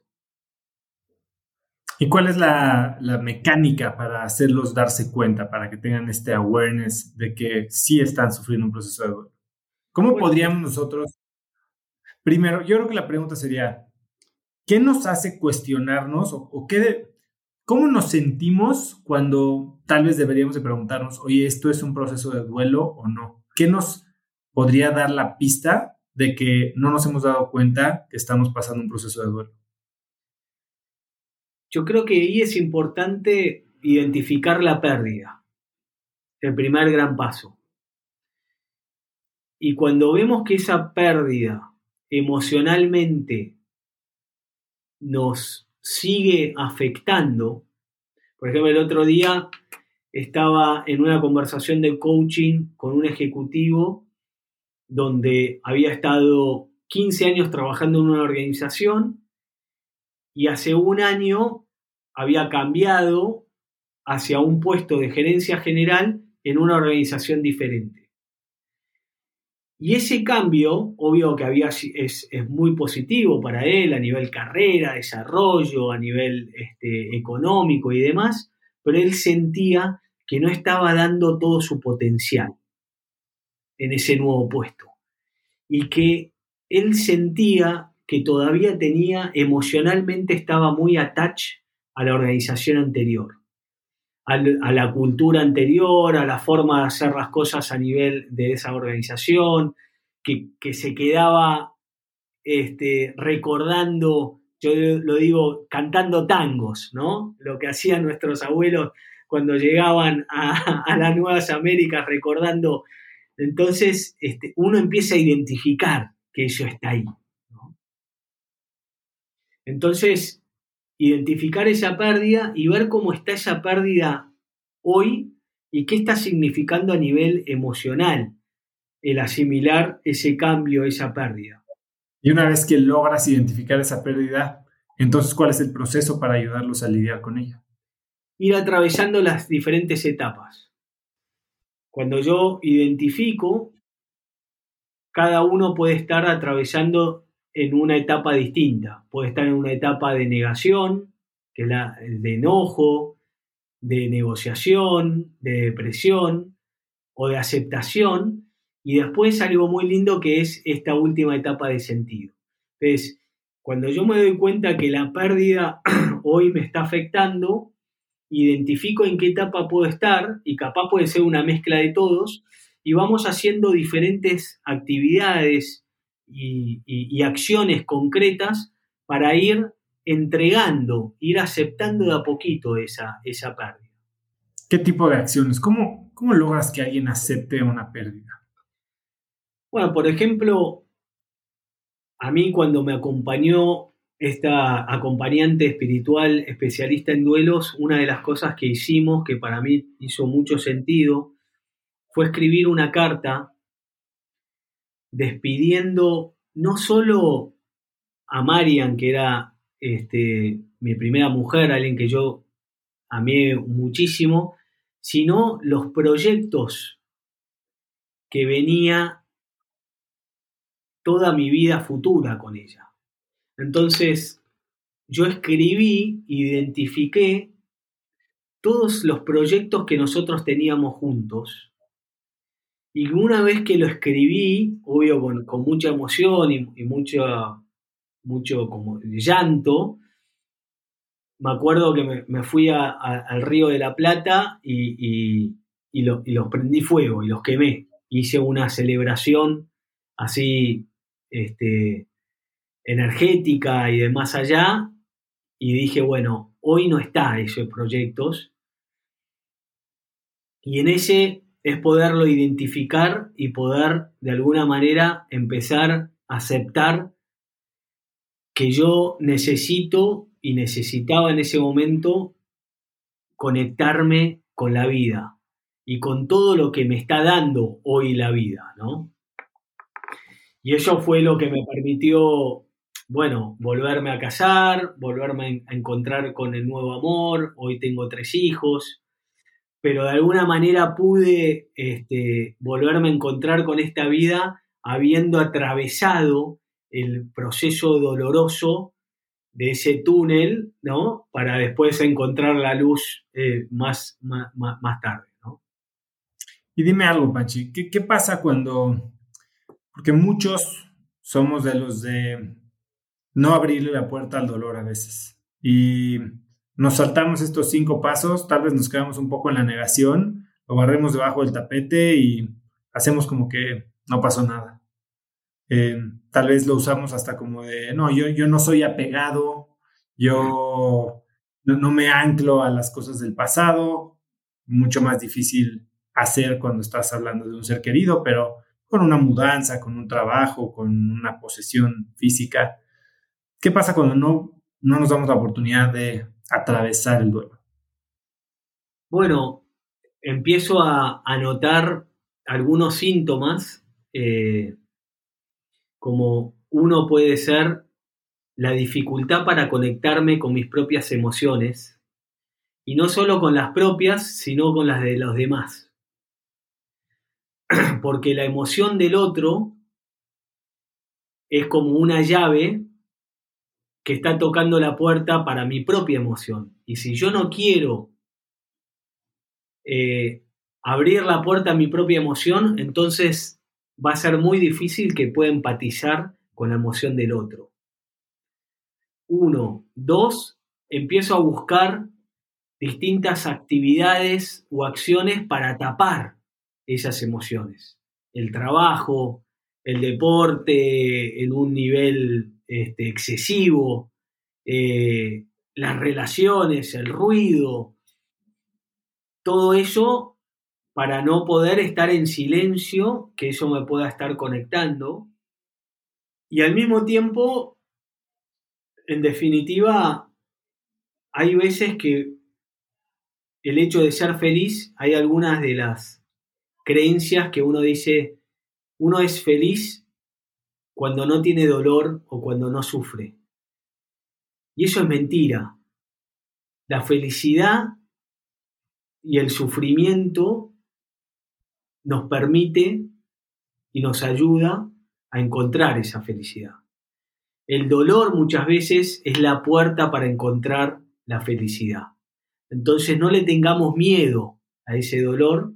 ¿Y cuál es la, la mecánica para hacerlos darse cuenta, para que tengan este awareness de que sí están sufriendo un proceso de duelo? ¿Cómo Bueno, podríamos nosotros, primero, yo creo que la pregunta sería, ¿qué nos hace cuestionarnos o, o qué, cómo nos sentimos cuando tal vez deberíamos de preguntarnos, oye, ¿esto es un proceso de duelo o no? ¿Qué nos podría dar la pista de que no nos hemos dado cuenta que estamos pasando un proceso de duelo? yo creo que ahí es importante identificar la pérdida, el primer gran paso. Y cuando vemos que esa pérdida emocionalmente nos sigue afectando, por ejemplo, el otro día estaba en una conversación de coaching con un ejecutivo donde había estado quince años trabajando en una organización y hace un año había cambiado hacia un puesto de gerencia general en una organización diferente. Y ese cambio, obvio que había, es, es muy positivo para él a nivel carrera, desarrollo, a nivel este, económico y demás, pero él sentía que no estaba dando todo su potencial en ese nuevo puesto. Y que él sentía que todavía tenía, emocionalmente estaba muy attached a la organización anterior, a la cultura anterior, a la forma de hacer las cosas a nivel de esa organización, que, que se quedaba este, recordando, yo lo digo, cantando tangos, ¿no? Lo que hacían nuestros abuelos cuando llegaban a, a las Nuevas Américas recordando. Entonces este, uno empieza a identificar que eso está ahí, ¿no? Entonces, identificar esa pérdida y ver cómo está esa pérdida hoy y qué está significando a nivel emocional el asimilar ese cambio, esa pérdida. Y una vez que logras identificar esa pérdida, entonces, ¿cuál es el proceso para ayudarlos a lidiar con ella? Ir atravesando las diferentes etapas. Cuando yo identifico, cada uno puede estar atravesando en una etapa distinta. Puede estar en una etapa de negación, que es la de enojo, de negociación, de depresión o de aceptación, y después algo muy lindo que es esta última etapa de sentido. Entonces, Cuando yo me doy cuenta que la pérdida hoy me está afectando, identifico en qué etapa puedo estar, y capaz puede ser una mezcla de todos, y vamos haciendo diferentes actividades y, y, y acciones concretas para ir entregando, ir aceptando de a poquito esa, esa pérdida. ¿Qué tipo de acciones? ¿Cómo, cómo logras que alguien acepte una pérdida? Bueno, por ejemplo, a mí cuando me acompañó esta acompañante espiritual especialista en duelos, una de las cosas que hicimos, que para mí hizo mucho sentido, fue escribir una carta despidiendo no solo a Marian, que era este, mi primera mujer, alguien que yo amé muchísimo, sino los proyectos que venía toda mi vida futura con ella. Entonces, yo escribí, identifiqué todos los proyectos que nosotros teníamos juntos. Y una vez que lo escribí, obvio con, con mucha emoción y, y mucho, mucho como llanto, me acuerdo que me, me fui a, a, al Río de la Plata y, y, y, lo, y los prendí fuego y los quemé. Hice una celebración así este, energética y de más allá, y dije, bueno, hoy no está esos proyectos, y en ese es poderlo identificar y poder de alguna manera empezar a aceptar que yo necesito y necesitaba en ese momento conectarme con la vida y con todo lo que me está dando hoy la vida, ¿no? Y eso fue lo que me permitió, bueno, volverme a casar, volverme a encontrar con el nuevo amor. Hoy tengo tres hijos, pero de alguna manera pude este, volverme a encontrar con esta vida habiendo atravesado el proceso doloroso de ese túnel, ¿no? Para después encontrar la luz eh, más, más, más tarde, ¿no? Y dime algo, Panchi, ¿qué, qué pasa cuando... Porque muchos somos de los de no abrirle la puerta al dolor a veces. Y nos saltamos estos cinco pasos, tal vez nos quedamos un poco en la negación, lo barremos debajo del tapete y hacemos como que no pasó nada. Eh, tal vez lo usamos hasta como de, no, yo, yo no soy apegado, yo no, no me anclo a las cosas del pasado, mucho más difícil hacer cuando estás hablando de un ser querido, pero con una mudanza, con un trabajo, con una posesión física. ¿Qué pasa cuando no, no nos damos la oportunidad de atravesar el duelo? Bueno, empiezo a, a notar algunos síntomas, eh, como uno puede ser la dificultad para conectarme con mis propias emociones, y no solo con las propias, sino con las de los demás. Porque la emoción del otro es como una llave que está tocando la puerta para mi propia emoción. Y si yo no quiero eh, abrir la puerta a mi propia emoción, entonces va a ser muy difícil que pueda empatizar con la emoción del otro. Uno. Dos, empiezo a buscar distintas actividades o acciones para tapar esas emociones. El trabajo, el deporte en un nivel este, excesivo, eh, las relaciones, el ruido, todo eso para no poder estar en silencio, que eso me pueda estar conectando. Y al mismo tiempo, en definitiva, hay veces que el hecho de ser feliz, hay algunas de las creencias que uno dice, uno es feliz cuando no tiene dolor o cuando no sufre. Y eso es mentira. La felicidad y el sufrimiento nos permite y nos ayuda a encontrar esa felicidad. El dolor muchas veces es la puerta para encontrar la felicidad. Entonces no le tengamos miedo a ese dolor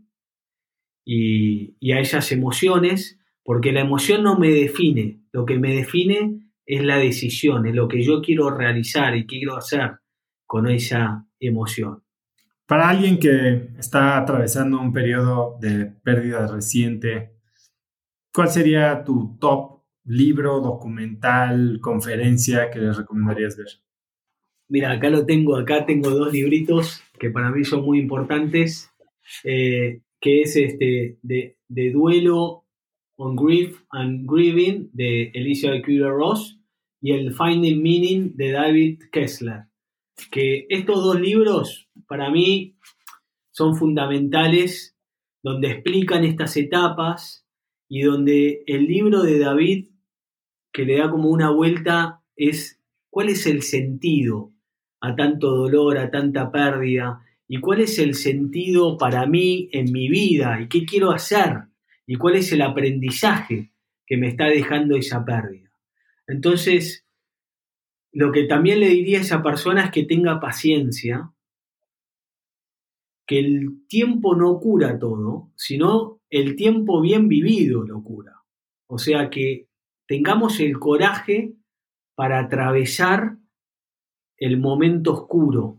y, y a esas emociones, porque la emoción no me define. Lo que me define es la decisión, es lo que yo quiero realizar y quiero hacer con esa emoción. Para alguien que está atravesando un periodo de pérdida reciente, ¿cuál sería tu top libro, documental, conferencia que les recomendarías ver? Mira, acá lo tengo, acá tengo dos libritos que para mí son muy importantes, eh, que es este de, de Duelo on Grief and Grieving de Alicia Kubler-Ross y el Finding Meaning de David Kessler. Que estos dos libros para mí son fundamentales, donde explican estas etapas y donde el libro de David, que le da como una vuelta, es cuál es el sentido a tanto dolor, a tanta pérdida, y cuál es el sentido para mí en mi vida, y qué quiero hacer, y cuál es el aprendizaje que me está dejando esa pérdida. Entonces, lo que también le diría a esa persona es que tenga paciencia, que el tiempo no cura todo, sino el tiempo bien vivido lo cura. O sea, que tengamos el coraje para atravesar el momento oscuro,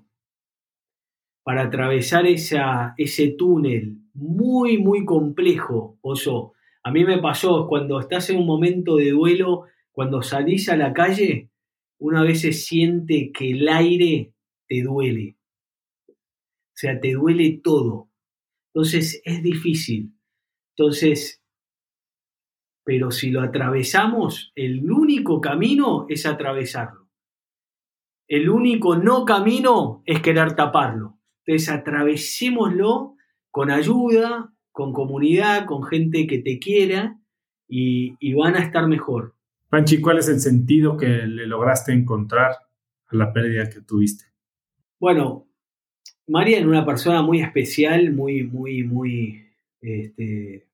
para atravesar esa, ese túnel muy, muy complejo. Oso, a mí me pasó cuando estás en un momento de duelo, cuando salís a la calle, una vez se siente que el aire te duele. O sea, te duele todo. Entonces es difícil. Entonces, pero si lo atravesamos, el único camino es atravesarlo. El único no camino es querer taparlo. Entonces atravesémoslo con ayuda, con comunidad, con gente que te quiera y, y van a estar mejor. Panchi, ¿cuál es el sentido que le lograste encontrar a la pérdida que tuviste? Bueno, María era una persona muy especial, muy, muy, muy, este,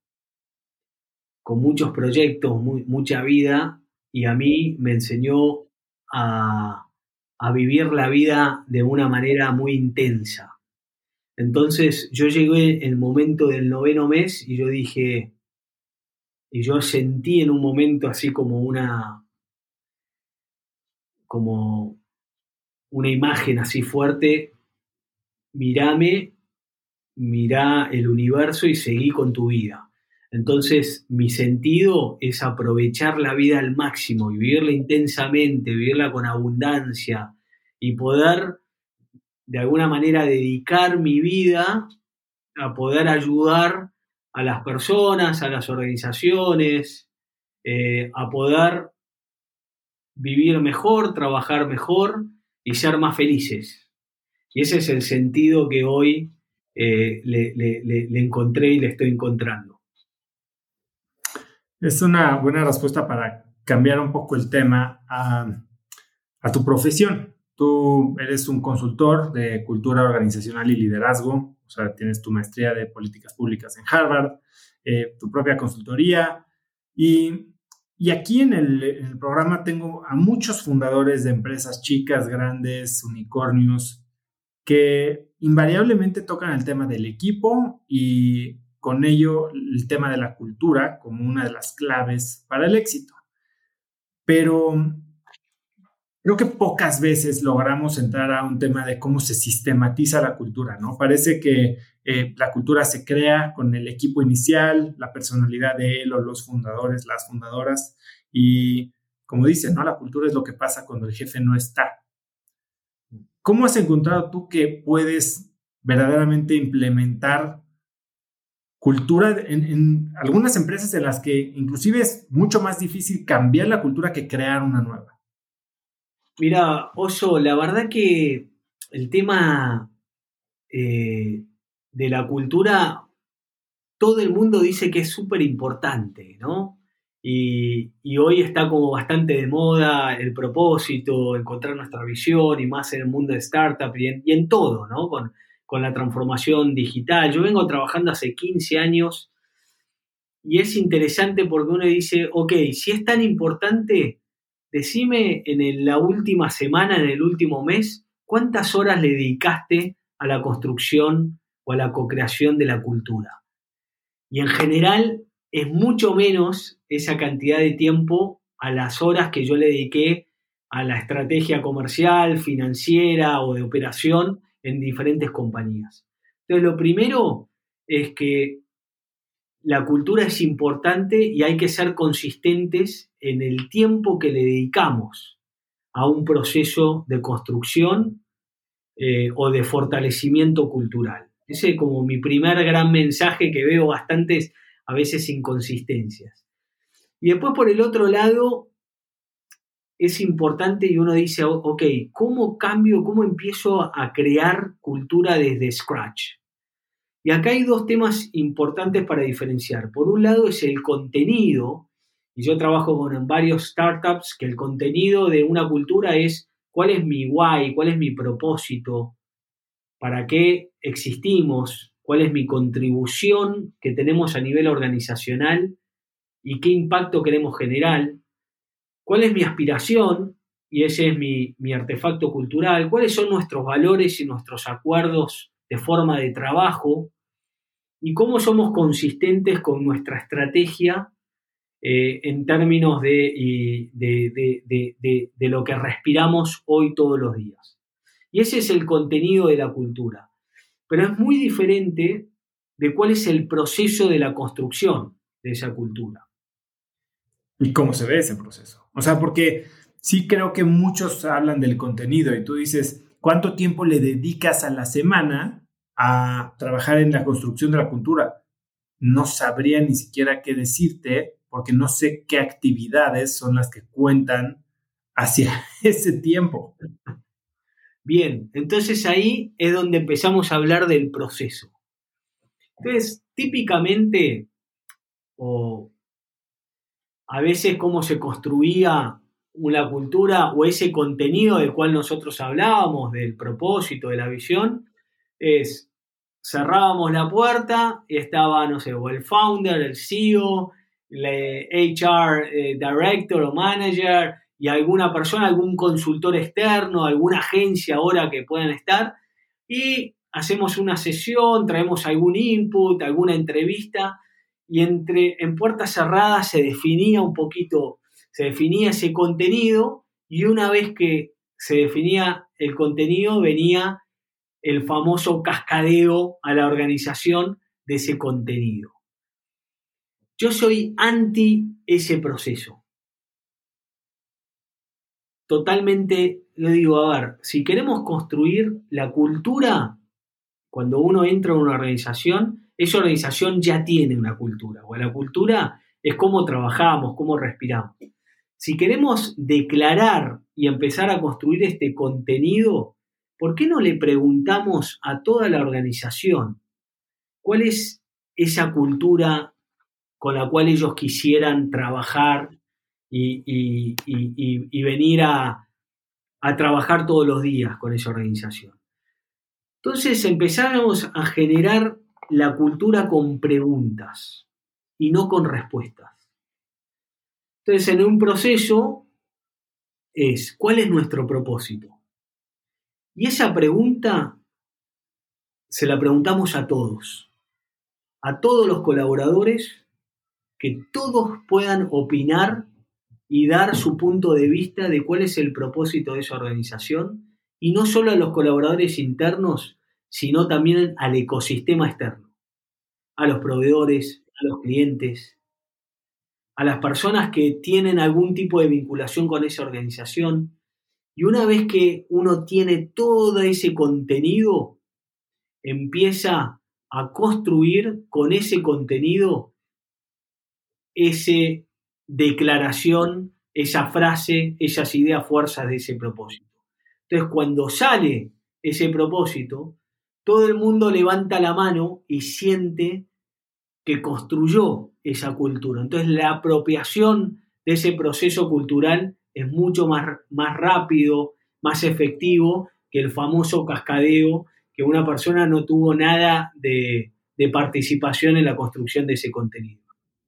con muchos proyectos, muy, mucha vida, y a mí me enseñó a, a vivir la vida de una manera muy intensa. Entonces yo llegué en el momento del noveno mes y yo dije, y yo sentí en un momento así como una, como una imagen así fuerte, mirame, mirá el universo y seguí con tu vida. Entonces mi sentido es aprovechar la vida al máximo y vivirla intensamente, vivirla con abundancia y poder de alguna manera dedicar mi vida a poder ayudar a las personas, a las organizaciones, eh, a poder vivir mejor, trabajar mejor y ser más felices. Y ese es el sentido que hoy eh, le, le, le, le encontré y le estoy encontrando. Es una buena respuesta para cambiar un poco el tema a, a tu profesión. Tú eres un consultor de cultura organizacional y liderazgo, o sea, tienes tu maestría de políticas públicas en Harvard, eh, tu propia consultoría. Y, y aquí en el, en el programa tengo a muchos fundadores de empresas chicas, grandes, unicornios, que invariablemente tocan el tema del equipo y con ello el tema de la cultura como una de las claves para el éxito. Pero creo que pocas veces logramos entrar a un tema de cómo se sistematiza la cultura, ¿no? Parece que eh, la cultura se crea con el equipo inicial, la personalidad de él o los fundadores, las fundadoras, y como dicen, ¿no? La cultura es lo que pasa cuando el jefe no está. ¿Cómo has encontrado tú que puedes verdaderamente implementar cultura en, en algunas empresas en las que inclusive es mucho más difícil cambiar la cultura que crear una nueva? Mira, Oso, la verdad que el tema eh, de la cultura, todo el mundo dice que es súper importante, ¿no? Y, y hoy está como bastante de moda el propósito, encontrar nuestra visión y más en el mundo de startup y en, y en todo, ¿no? Con, con la transformación digital. Yo vengo trabajando hace quince años y es interesante porque uno dice, ok, si es tan importante, decime en el, la última semana, en el último mes, ¿cuántas horas le dedicaste a la construcción o a la co-creación de la cultura? Y en general es mucho menos esa cantidad de tiempo a las horas que yo le dediqué a la estrategia comercial, financiera o de operación en diferentes compañías. Entonces, lo primero es que la cultura es importante y hay que ser consistentes en el tiempo que le dedicamos a un proceso de construcción eh, o de fortalecimiento cultural. Ese es como mi primer gran mensaje, que veo bastantes, a veces, inconsistencias. Y después, por el otro lado, es importante y uno dice, ok, ¿cómo cambio, cómo empiezo a crear cultura desde scratch? Y acá hay dos temas importantes para diferenciar. Por un lado es el contenido, y yo trabajo con varios startups que el contenido de una cultura es cuál es mi why, cuál es mi propósito, para qué existimos, cuál es mi contribución que tenemos a nivel organizacional y qué impacto queremos generar, cuál es mi aspiración, y ese es mi, mi artefacto cultural, cuáles son nuestros valores y nuestros acuerdos de forma de trabajo, y cómo somos consistentes con nuestra estrategia eh, en términos de, y de, de, de, de, de lo que respiramos hoy todos los días. Y ese es el contenido de la cultura. Pero es muy diferente de cuál es el proceso de la construcción de esa cultura. ¿Y cómo se ve ese proceso? O sea, porque sí creo que muchos hablan del contenido y tú dices, ¿cuánto tiempo le dedicas a la semana a trabajar en la construcción de la cultura? No sabría ni siquiera qué decirte porque no sé qué actividades son las que cuentan hacia ese tiempo. Bien, entonces ahí es donde empezamos a hablar del proceso. Entonces, típicamente, o a veces cómo se construía una cultura o ese contenido del cual nosotros hablábamos, del propósito, de la visión, es cerrábamos la puerta y estaba, no sé, o el founder, el C E O, el H R eh, director o manager y alguna persona, algún consultor externo, alguna agencia ahora que puedan estar, y hacemos una sesión, traemos algún input, alguna entrevista, y entre, en puertas cerradas se definía un poquito, se definía ese contenido, y una vez que se definía el contenido, venía el famoso cascadeo a la organización de ese contenido. Yo soy anti ese proceso. Totalmente, yo digo, a ver, si queremos construir la cultura, cuando uno entra en una organización, esa organización ya tiene una cultura, o la cultura es cómo trabajamos, cómo respiramos. Si queremos declarar y empezar a construir este contenido, ¿por qué no le preguntamos a toda la organización cuál es esa cultura con la cual ellos quisieran trabajar y, y, y, y venir a, a trabajar todos los días con esa organización? Entonces empezamos a generar la cultura con preguntas y no con respuestas. Entonces, en un proceso es, ¿cuál es nuestro propósito? Y esa pregunta se la preguntamos a todos, a todos los colaboradores, que todos puedan opinar y dar su punto de vista de cuál es el propósito de esa organización, y no solo a los colaboradores internos, sino también al ecosistema externo, a los proveedores, a los clientes, a las personas que tienen algún tipo de vinculación con esa organización. Y una vez que uno tiene todo ese contenido, empieza a construir con ese contenido esa declaración, esa frase, esas ideas fuerzas de ese propósito. Entonces, cuando sale ese propósito, todo el mundo levanta la mano y siente que construyó esa cultura. Entonces, la apropiación de ese proceso cultural es mucho más, más rápido, más efectivo que el famoso cascadeo, que una persona no tuvo nada de, de participación en la construcción de ese contenido.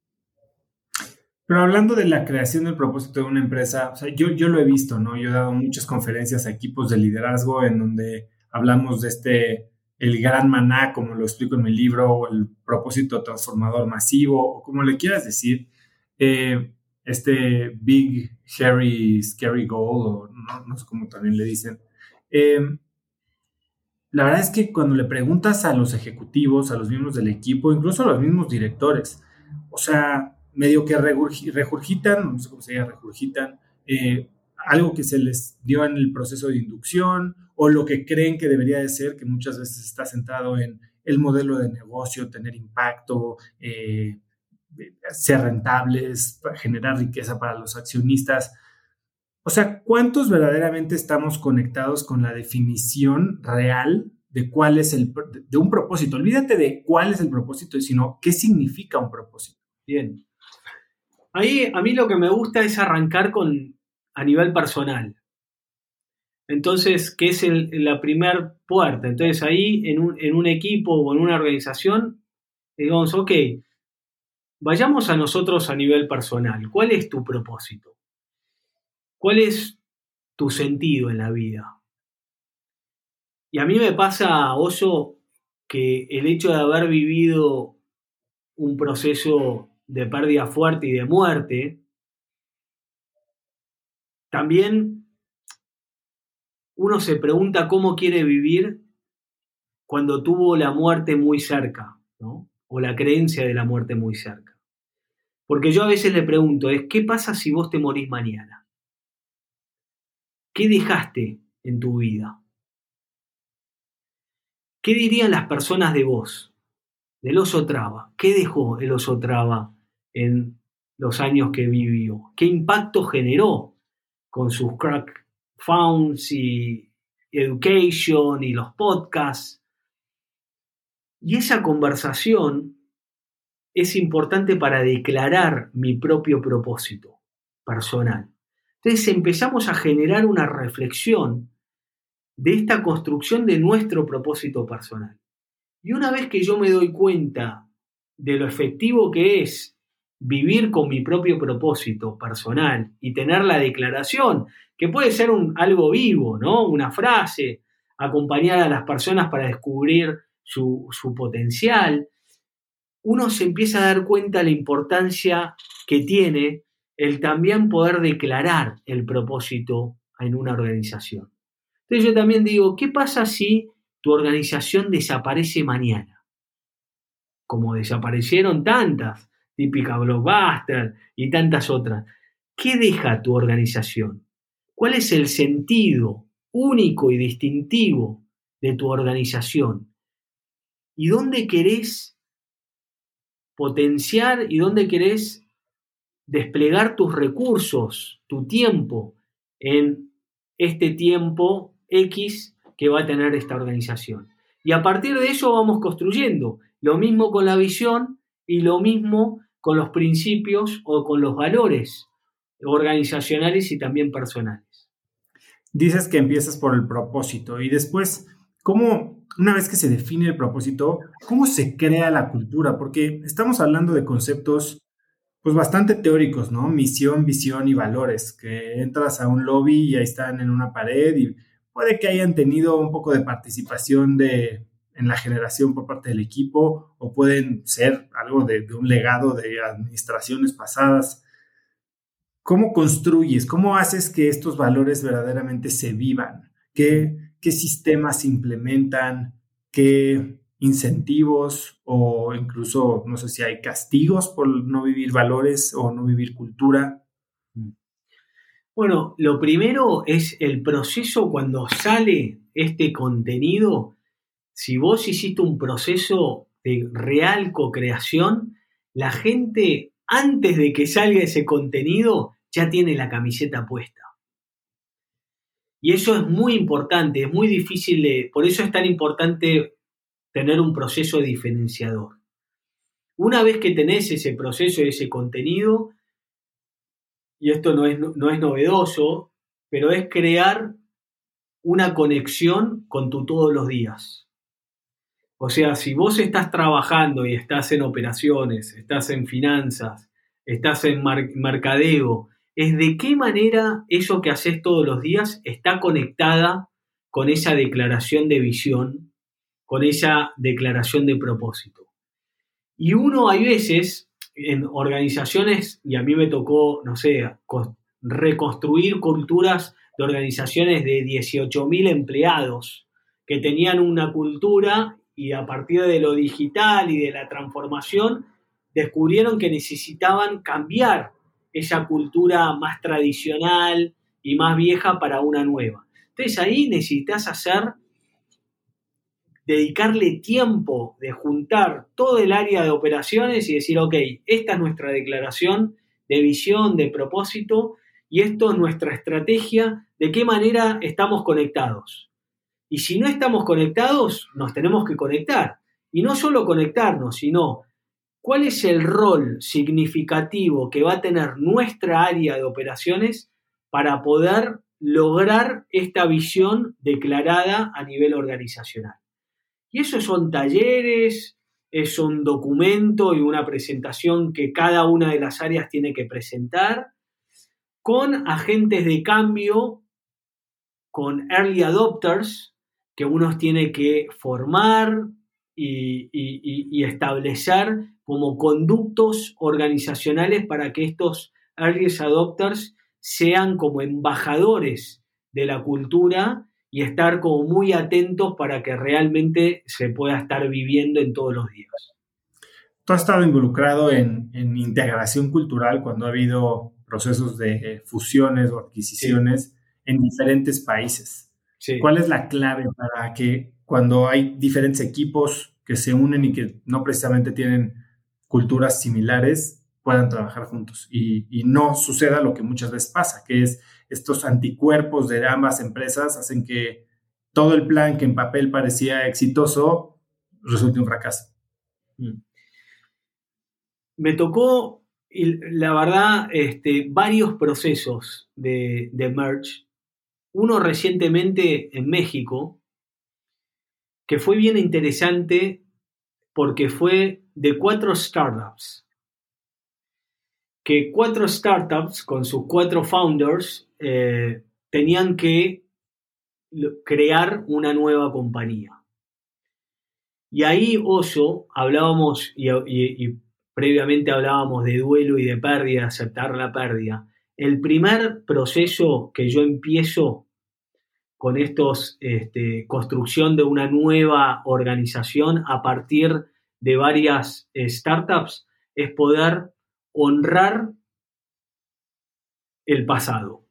Pero hablando de la creación del propósito de una empresa, o sea, yo, yo lo he visto, ¿no? Yo he dado muchas conferencias a equipos de liderazgo en donde hablamos de este, el gran maná, como lo explico en mi libro, o el propósito transformador masivo, o como le quieras decir. Eh, este Big, Hairy, Scary Goal, o no, no sé cómo también le dicen. Eh, la verdad es que cuando le preguntas a los ejecutivos, a los miembros del equipo, incluso a los mismos directores, o sea, medio que regurgi- regurgitan, no sé cómo se llama, regurgitan, eh, algo que se les dio en el proceso de inducción o lo que creen que debería de ser, que muchas veces está centrado en el modelo de negocio, tener impacto, eh, ser rentables, generar riqueza para los accionistas. O sea, ¿cuántos verdaderamente estamos conectados con la definición real de cuál es el, de un propósito? Olvídate de cuál es el propósito, sino qué significa un propósito. Bien. Ahí a mí lo que me gusta es arrancar con a nivel personal. Entonces, ¿qué es el, la primer puerta? Entonces, ahí en un, en un equipo o en una organización, digamos, ok, vayamos a nosotros a nivel personal. ¿Cuál es tu propósito? ¿Cuál es tu sentido en la vida? Y a mí me pasa, Oso, que el hecho de haber vivido un proceso de pérdida fuerte y de muerte, también uno se pregunta cómo quiere vivir cuando tuvo la muerte muy cerca, ¿no? O la creencia de la muerte muy cerca. Porque yo a veces le pregunto, es, ¿qué pasa si vos te morís mañana? ¿Qué dejaste en tu vida? ¿Qué dirían las personas de vos, del Oso Traba? ¿Qué dejó el Oso Traba en los años que vivió? ¿Qué impacto generó con sus crack founds y education y los podcasts? Y esa conversación es importante para declarar mi propio propósito personal. Entonces empezamos a generar una reflexión de esta construcción de nuestro propósito personal. Y una vez que yo me doy cuenta de lo efectivo que es vivir con mi propio propósito personal y tener la declaración, que puede ser un, algo vivo, ¿no? Una frase, acompañar a las personas para descubrir su, su potencial, uno se empieza a dar cuenta de la importancia que tiene el también poder declarar el propósito en una organización. Entonces yo también digo, ¿qué pasa si tu organización desaparece mañana? Como desaparecieron tantas, típica Blockbuster y tantas otras. ¿Qué deja tu organización? ¿Cuál es el sentido único y distintivo de tu organización? ¿Y dónde querés potenciar y dónde querés desplegar tus recursos, tu tiempo, en este tiempo X que va a tener esta organización? Y a partir de eso vamos construyendo. Lo mismo con la visión y lo mismo con los principios o con los valores organizacionales y también personales. Dices que empiezas por el propósito y después, ¿cómo, una vez que se define el propósito, cómo se crea la cultura? Porque estamos hablando de conceptos pues bastante teóricos, ¿no? Misión, visión y valores, que entras a un lobby y ahí están en una pared y puede que hayan tenido un poco de participación de, en la generación por parte del equipo o pueden ser algo de, de un legado de administraciones pasadas. ¿Cómo construyes? ¿Cómo haces que estos valores verdaderamente se vivan? ¿Qué, qué sistemas se implementan? ¿Qué incentivos o incluso, no sé si hay castigos por no vivir valores o no vivir cultura? Bueno, lo primero es el proceso cuando sale este contenido. Si vos hiciste un proceso de real co-creación, la gente, antes de que salga ese contenido, ya tiene la camiseta puesta. Y eso es muy importante, es muy difícil de... Por eso es tan importante tener un proceso diferenciador. Una vez que tenés ese proceso, ese contenido, y esto no es, no es novedoso, pero es crear una conexión con tu todos los días. O sea, si vos estás trabajando y estás en operaciones, estás en finanzas, estás en mar- mercadeo, es de qué manera eso que haces todos los días está conectada con esa declaración de visión, con esa declaración de propósito. Y uno, hay veces, en organizaciones, y a mí me tocó, no sé, reconstruir culturas de organizaciones de dieciocho mil empleados que tenían una cultura y a partir de lo digital y de la transformación descubrieron que necesitaban cambiar esa cultura más tradicional y más vieja para una nueva. Entonces ahí necesitas hacer, dedicarle tiempo de juntar todo el área de operaciones y decir, ok, esta es nuestra declaración de visión, de propósito, y esto es nuestra estrategia, de qué manera estamos conectados. Y si no estamos conectados, nos tenemos que conectar. Y no solo conectarnos, sino cuál es el rol significativo que va a tener nuestra área de operaciones para poder lograr esta visión declarada a nivel organizacional. Y eso son talleres, es un documento y una presentación que cada una de las áreas tiene que presentar con agentes de cambio, con early adopters, que uno tiene que formar y, y, y establecer como conductos organizacionales para que estos early adopters sean como embajadores de la cultura y estar como muy atentos para que realmente se pueda estar viviendo en todos los días. Tú has estado involucrado en, en integración cultural cuando ha habido procesos de fusiones o adquisiciones sí. en diferentes países. Sí. ¿Cuál es la clave para que cuando hay diferentes equipos que se unen y que no precisamente tienen culturas similares puedan trabajar juntos y, y no suceda lo que muchas veces pasa, que es estos anticuerpos de ambas empresas hacen que todo el plan que en papel parecía exitoso resulte un fracaso? Me tocó, la verdad, este, varios procesos de, de merge. Uno recientemente en México, que fue bien interesante porque fue de cuatro startups. Que cuatro startups con sus cuatro founders eh, tenían que crear una nueva compañía. Y ahí, Oso, hablábamos, y, y, y previamente hablábamos de duelo y de pérdida, aceptar la pérdida. El primer proceso que yo empiezo con estos, este, construcción de una nueva organización a partir de varias eh, startups, es poder honrar el pasado.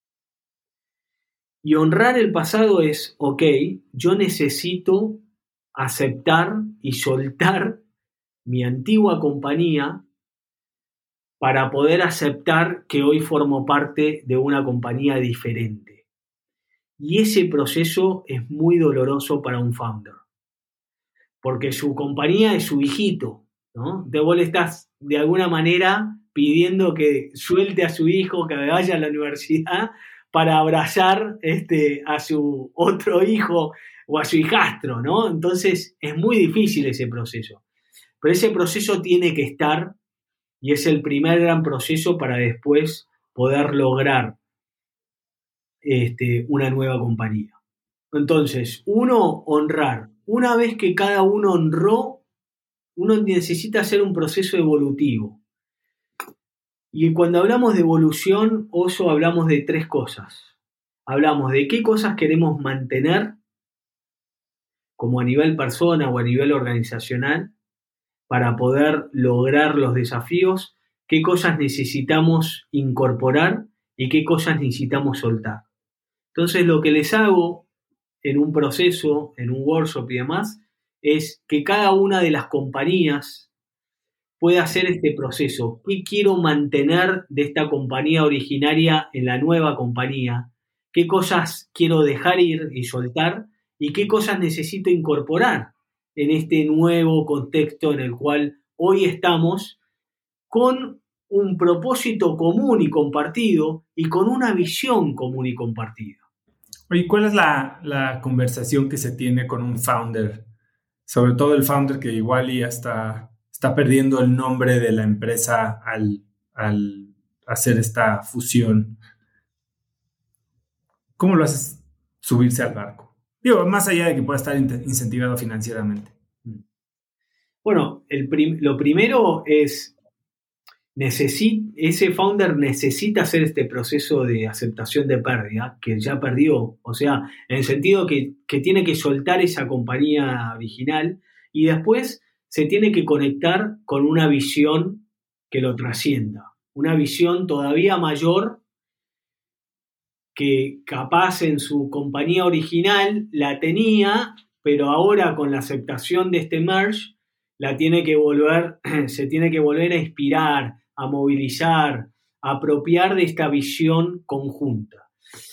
Y honrar el pasado es, ok, yo necesito aceptar y soltar mi antigua compañía para poder aceptar que hoy formo parte de una compañía diferente. Y ese proceso es muy doloroso para un founder, porque su compañía es su hijito, ¿no? De vos le estás de alguna manera pidiendo que suelte a su hijo, que vaya a la universidad para abrazar este, a su otro hijo o a su hijastro, ¿no? Entonces es muy difícil ese proceso. Pero ese proceso tiene que estar y es el primer gran proceso para después poder lograr este, una nueva compañía. Entonces, uno, honrar. Una vez que cada uno honró, uno necesita hacer un proceso evolutivo. Y cuando hablamos de evolución, Oso, hablamos de tres cosas. Hablamos de qué cosas queremos mantener, como a nivel persona o a nivel organizacional, para poder lograr los desafíos, qué cosas necesitamos incorporar y qué cosas necesitamos soltar. Entonces, lo que les hago en un proceso, en un workshop y demás, es que cada una de las compañías pueda hacer este proceso. ¿Qué quiero mantener de esta compañía originaria en la nueva compañía? ¿Qué cosas quiero dejar ir y soltar? ¿Y qué cosas necesito incorporar en este nuevo contexto en el cual hoy estamos con un propósito común y compartido y con una visión común y compartida? Oye, ¿cuál es la, la conversación que se tiene con un founder? Sobre todo el founder que igual y hasta está perdiendo el nombre de la empresa al, al hacer esta fusión. ¿Cómo lo haces subirse al barco? Digo, más allá de que pueda estar incentivado financieramente. Bueno, el prim- lo primero es necesita, ese founder necesita hacer este proceso de aceptación de pérdida, que ya perdió, o sea, en el sentido que, que tiene que soltar esa compañía original y después se tiene que conectar con una visión que lo trascienda, una visión todavía mayor que capaz en su compañía original la tenía, pero ahora con la aceptación de este merge la tiene que volver, se tiene que volver a inspirar, a movilizar, a apropiar de esta visión conjunta.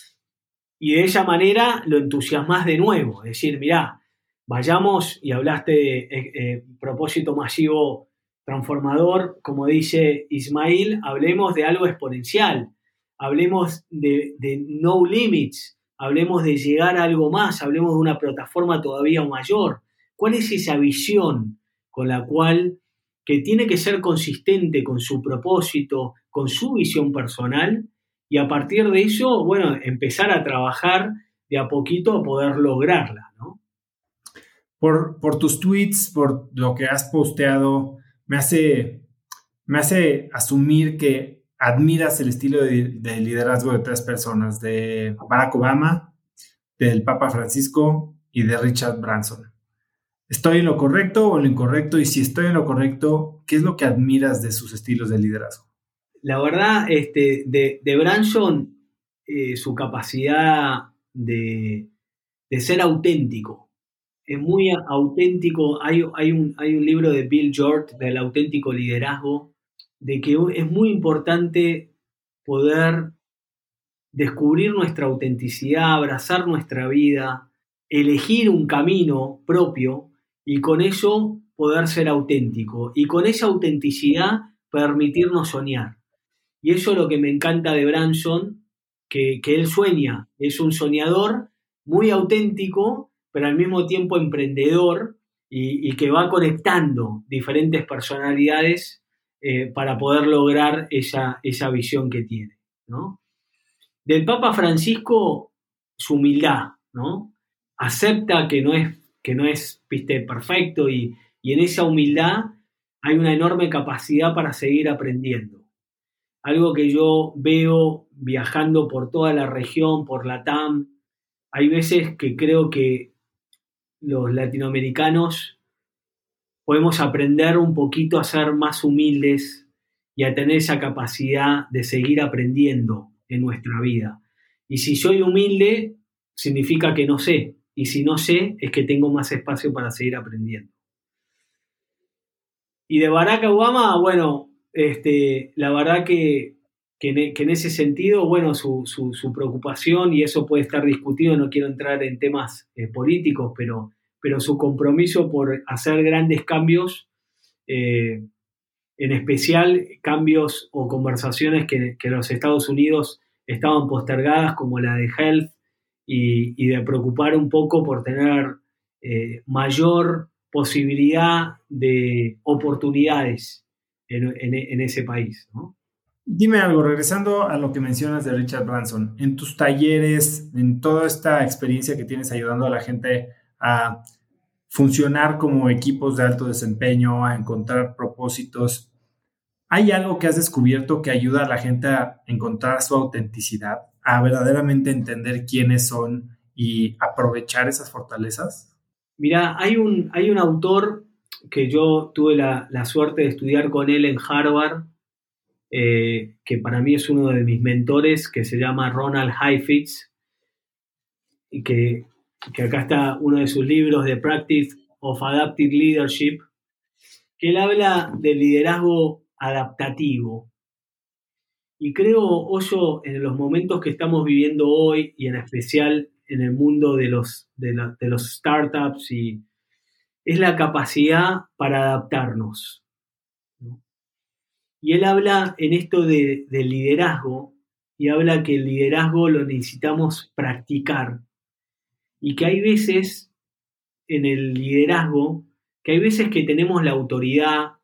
Y de esa manera lo entusiasmas de nuevo, es decir, mirá, vayamos, y hablaste de eh, eh, propósito masivo transformador, como dice Ismail, hablemos de algo exponencial, hablemos de, de no limits, hablemos de llegar a algo más, hablemos de una plataforma todavía mayor. ¿Cuál es esa visión con la cual, que tiene que ser consistente con su propósito, con su visión personal, y a partir de eso, bueno, empezar a trabajar de a poquito a poder lograrla, ¿no? Por, por tus tweets, por lo que has posteado, me hace, me hace asumir que admiras el estilo de, de liderazgo de tres personas, de Barack Obama, del Papa Francisco y de Richard Branson. ¿Estoy en lo correcto o en lo incorrecto? Y si estoy en lo correcto, ¿qué es lo que admiras de sus estilos de liderazgo? La verdad, este, de, de Branson, eh, su capacidad de, de ser auténtico. Es muy auténtico. Hay, hay, un, hay un libro de Bill George del auténtico liderazgo, de que es muy importante poder descubrir nuestra autenticidad, abrazar nuestra vida, elegir un camino propio y con eso poder ser auténtico. Y con esa autenticidad permitirnos soñar. Y eso es lo que me encanta de Branson, que, que él sueña. Es un soñador muy auténtico, pero al mismo tiempo emprendedor y, y que va conectando diferentes personalidades eh, para poder lograr esa, esa visión que tiene, ¿no? Del Papa Francisco, su humildad, ¿no? Acepta que no es, que no es, viste, perfecto y, y en esa humildad hay una enorme capacidad para seguir aprendiendo. Algo que yo veo viajando por toda la región, por la T A M, hay veces que creo que los latinoamericanos podemos aprender un poquito a ser más humildes y a tener esa capacidad de seguir aprendiendo en nuestra vida. Y si soy humilde, significa que no sé. Y si no sé, es que tengo más espacio para seguir aprendiendo. Y de Barack Obama, bueno, este, la verdad que, que, en, que en ese sentido, bueno, su, su, su preocupación, y eso puede estar discutido, no quiero entrar en temas eh, políticos, pero, pero su compromiso por hacer grandes cambios, eh, en especial cambios o conversaciones que, que los Estados Unidos estaban postergadas, como la de health, y, y de preocupar un poco por tener eh, mayor posibilidad de oportunidades en, en, en ese país, ¿no? Dime algo, regresando a lo que mencionas de Richard Branson, en tus talleres, en toda esta experiencia que tienes ayudando a la gente a funcionar como equipos de alto desempeño, a encontrar propósitos, ¿hay algo que has descubierto que ayuda a la gente a encontrar su autenticidad, a verdaderamente entender quiénes son y aprovechar esas fortalezas? Mira, hay un, hay un autor que yo tuve la, la suerte de estudiar con él en Harvard, eh, que para mí es uno de mis mentores, que se llama Ronald Heifetz, y que, que acá está uno de sus libros, The Practice of Adaptive Leadership, que él habla del liderazgo adaptativo. Y creo, Hoyo, en los momentos que estamos viviendo hoy, y en especial en el mundo de los, de la, de los startups, y es la capacidad para adaptarnos, ¿no? Y él habla en esto de, de liderazgo, y habla que el liderazgo lo necesitamos practicar, y que hay veces en el liderazgo, que hay veces que tenemos la autoridad,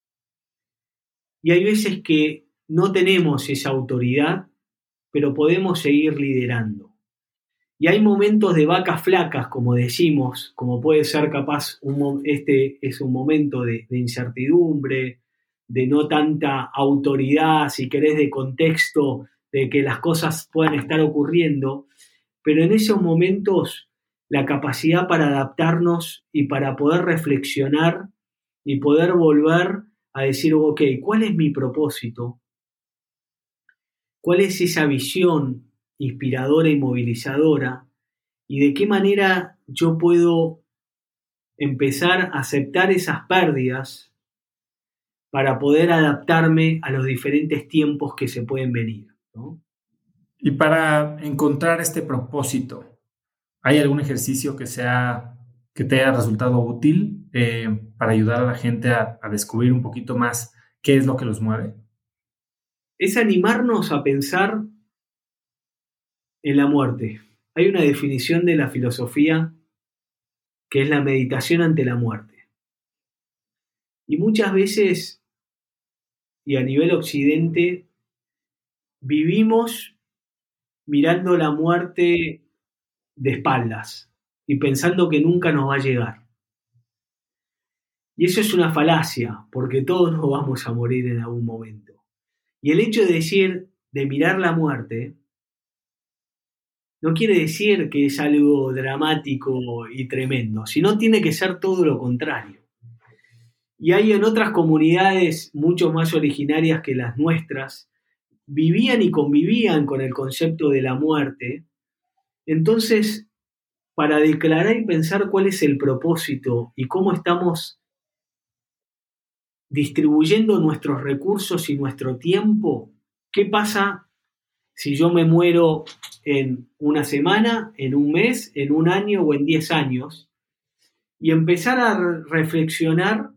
y hay veces que no tenemos esa autoridad, pero podemos seguir liderando. Y hay momentos de vacas flacas, como decimos, como puede ser capaz, un, este es un momento de, de incertidumbre, de no tanta autoridad, si querés, de contexto, de que las cosas puedan estar ocurriendo, pero en esos momentos la capacidad para adaptarnos y para poder reflexionar y poder volver a decir, ok, ¿cuál es mi propósito? ¿Cuál es esa visión inspiradora y movilizadora? ¿Y de qué manera yo puedo empezar a aceptar esas pérdidas para poder adaptarme a los diferentes tiempos que se pueden venir, ¿no? Y para encontrar este propósito, ¿hay algún ejercicio que sea que te haya resultado útil eh, para ayudar a la gente a, a descubrir un poquito más qué es lo que los mueve? Es animarnos a pensar en la muerte. Hay una definición de la filosofía que es la meditación ante la muerte. Y muchas veces, y a nivel occidente, vivimos mirando la muerte de espaldas y pensando que nunca nos va a llegar. Y eso es una falacia, porque todos nos vamos a morir en algún momento. Y el hecho de decir, de mirar la muerte, no quiere decir que es algo dramático y tremendo, sino tiene que ser todo lo contrario. Y hay en otras comunidades mucho más originarias que las nuestras, vivían y convivían con el concepto de la muerte. Entonces, para declarar y pensar cuál es el propósito y cómo estamos distribuyendo nuestros recursos y nuestro tiempo, ¿qué pasa si yo me muero en una semana, en un mes, en un año o en diez años? Y empezar a reflexionar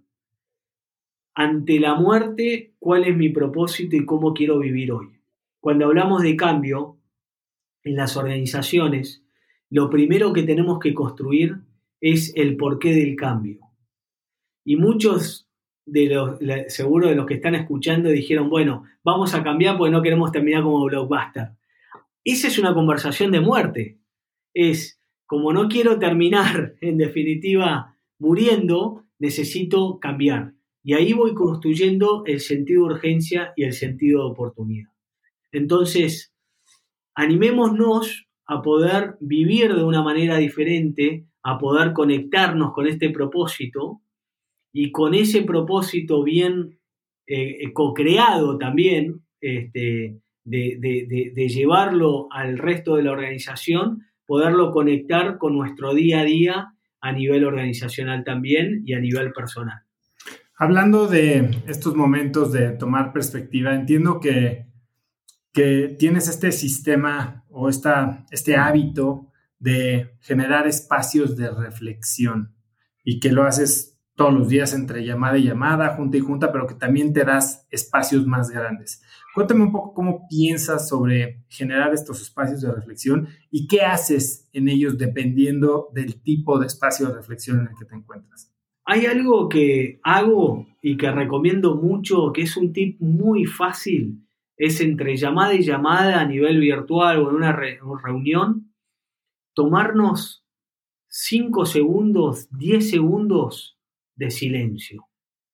ante la muerte cuál es mi propósito y cómo quiero vivir hoy. Cuando hablamos de cambio en las organizaciones, lo primero que tenemos que construir es el porqué del cambio. Y muchos de los, seguro de los que están escuchando dijeron, bueno, vamos a cambiar porque no queremos terminar como Blockbuster. Esa es una conversación de muerte. Es, como no quiero terminar, en definitiva, muriendo, necesito cambiar. Y ahí voy construyendo el sentido de urgencia y el sentido de oportunidad. Entonces, animémonos a poder vivir de una manera diferente, a poder conectarnos con este propósito y con ese propósito bien eh, co-creado también, este, de, de, de, de llevarlo al resto de la organización, poderlo conectar con nuestro día a día a nivel organizacional también y a nivel personal. Hablando de estos momentos de tomar perspectiva, entiendo que, que tienes este sistema o esta, este hábito de generar espacios de reflexión y que lo haces todos los días entre llamada y llamada, junta y junta, pero que también te das espacios más grandes. Cuéntame un poco cómo piensas sobre generar estos espacios de reflexión y qué haces en ellos dependiendo del tipo de espacio de reflexión en el que te encuentras. Hay algo que hago y que recomiendo mucho, que es un tip muy fácil, es entre llamada y llamada a nivel virtual o en una re- reunión, tomarnos cinco segundos, diez segundos de silencio.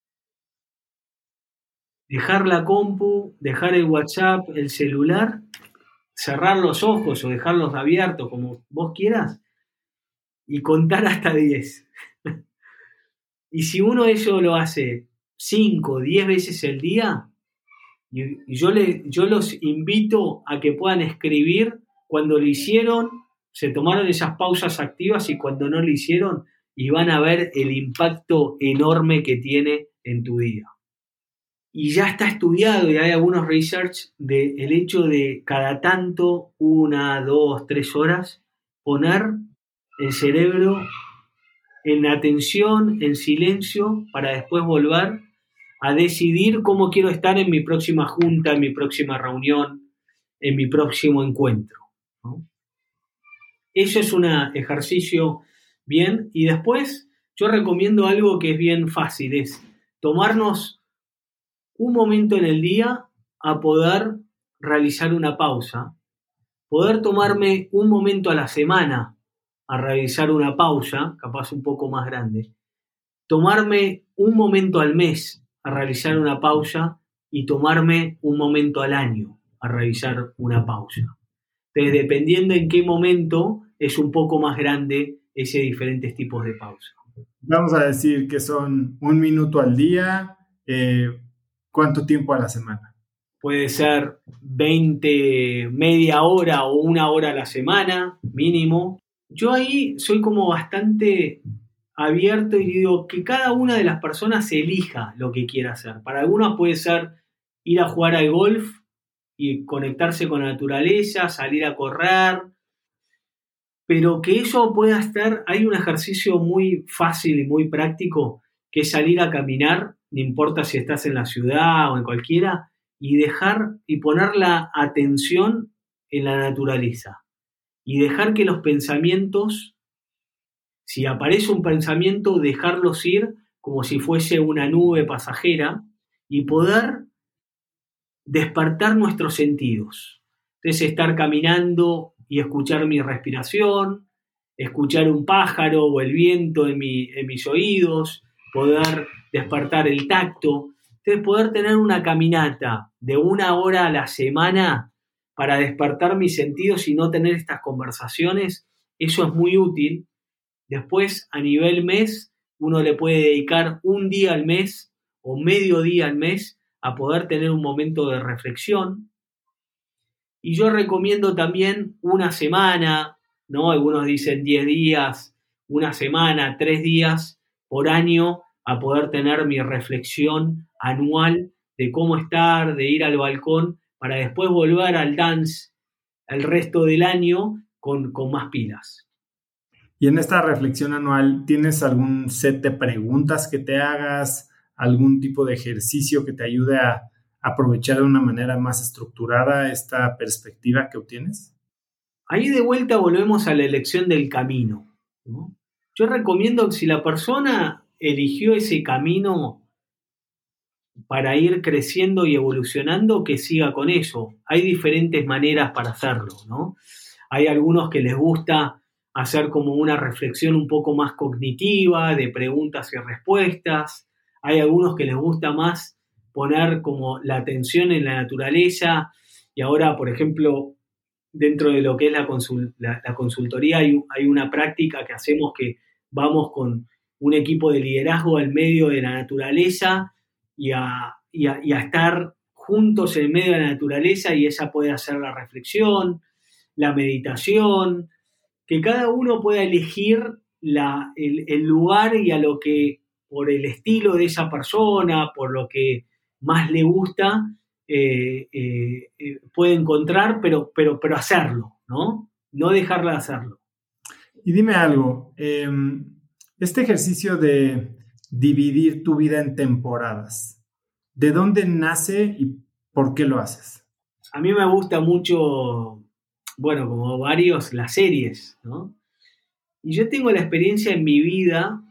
Dejar la compu, dejar el WhatsApp, el celular, cerrar los ojos o dejarlos abiertos como vos quieras y contar hasta diez. Y si uno eso lo hace cinco, diez veces al día, y yo, le, yo los invito a que puedan escribir cuando lo hicieron, se tomaron esas pausas activas y cuando no lo hicieron, y van a ver el impacto enorme que tiene en tu día. Y ya está estudiado y hay algunos research del hecho de cada tanto, una, dos, tres horas, poner el cerebro en atención, en silencio, para después volver a decidir cómo quiero estar en mi próxima junta, en mi próxima reunión, en mi próximo encuentro, ¿no? Eso es un ejercicio bien. Y después yo recomiendo algo que es bien fácil, es tomarnos un momento en el día a poder realizar una pausa, poder tomarme un momento a la semana a realizar una pausa, capaz un poco más grande, tomarme un momento al mes a realizar una pausa y tomarme un momento al año a realizar una pausa. Entonces, dependiendo en qué momento, es un poco más grande ese diferentes tipos de pausa. Vamos a decir que son un minuto al día. Eh, ¿Cuánto tiempo a la semana? Puede ser veinte, media hora o una hora a la semana, mínimo. Yo ahí soy como bastante abierto y digo que cada una de las personas elija lo que quiera hacer. Para algunos puede ser ir a jugar al golf y conectarse con la naturaleza, salir a correr, pero que eso pueda estar, hay un ejercicio muy fácil y muy práctico que es salir a caminar, no importa si estás en la ciudad o en cualquiera, y dejar y poner la atención en la naturaleza y dejar que los pensamientos, si aparece un pensamiento, dejarlos ir como si fuese una nube pasajera y poder despertar nuestros sentidos. Entonces, estar caminando y escuchar mi respiración, escuchar un pájaro o el viento en, mi, en mis oídos, poder despertar el tacto. Entonces, poder tener una caminata de una hora a la semana para despertar mis sentidos y no tener estas conversaciones, eso es muy útil. Después, a nivel mes, uno le puede dedicar un día al mes o medio día al mes a poder tener un momento de reflexión. Y yo recomiendo también una semana, ¿no? Algunos dicen diez días, una semana, tres días por año a poder tener mi reflexión anual de cómo estar, de ir al balcón, para después volver al dance el resto del año con, con más pilas. Y en esta reflexión anual, ¿tienes algún set de preguntas que te hagas, algún tipo de ejercicio que te ayude a aprovechar de una manera más estructurada esta perspectiva que obtienes? Ahí de vuelta volvemos a la elección del camino, ¿no? Yo recomiendo que si la persona eligió ese camino para ir creciendo y evolucionando, que siga con eso. Hay diferentes maneras para hacerlo, ¿no? Hay algunos que les gusta hacer como una reflexión un poco más cognitiva, de preguntas y respuestas. Hay algunos que les gusta más poner como la atención en la naturaleza. Y ahora, por ejemplo, dentro de lo que es la, consul- la, la consultoría, hay, hay una práctica que hacemos que vamos con un equipo de liderazgo al medio de la naturaleza y a, y a, y a estar juntos en medio de la naturaleza, y esa puede hacer la reflexión, la meditación, que cada uno pueda elegir la, el, el lugar y a lo que, por el estilo de esa persona, por lo que más le gusta, eh, eh, eh, puede encontrar, pero, pero, pero hacerlo, ¿no? No dejarla de hacerlo. Y dime algo, eh, este ejercicio de dividir tu vida en temporadas, ¿de dónde nace y por qué lo haces? A mí me gusta mucho, bueno, como varios, las series, ¿no? Y yo tengo la experiencia en mi vida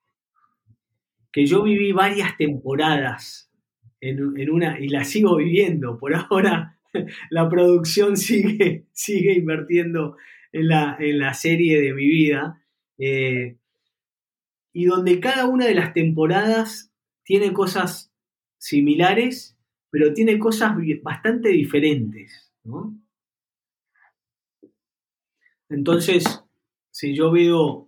que yo viví varias temporadas en, en una, y la sigo viviendo. Por ahora la producción sigue, sigue invirtiendo en la, en la serie de mi vida, eh, y donde cada una de las temporadas tiene cosas similares, pero tiene cosas bastante diferentes, ¿no? Entonces, si yo veo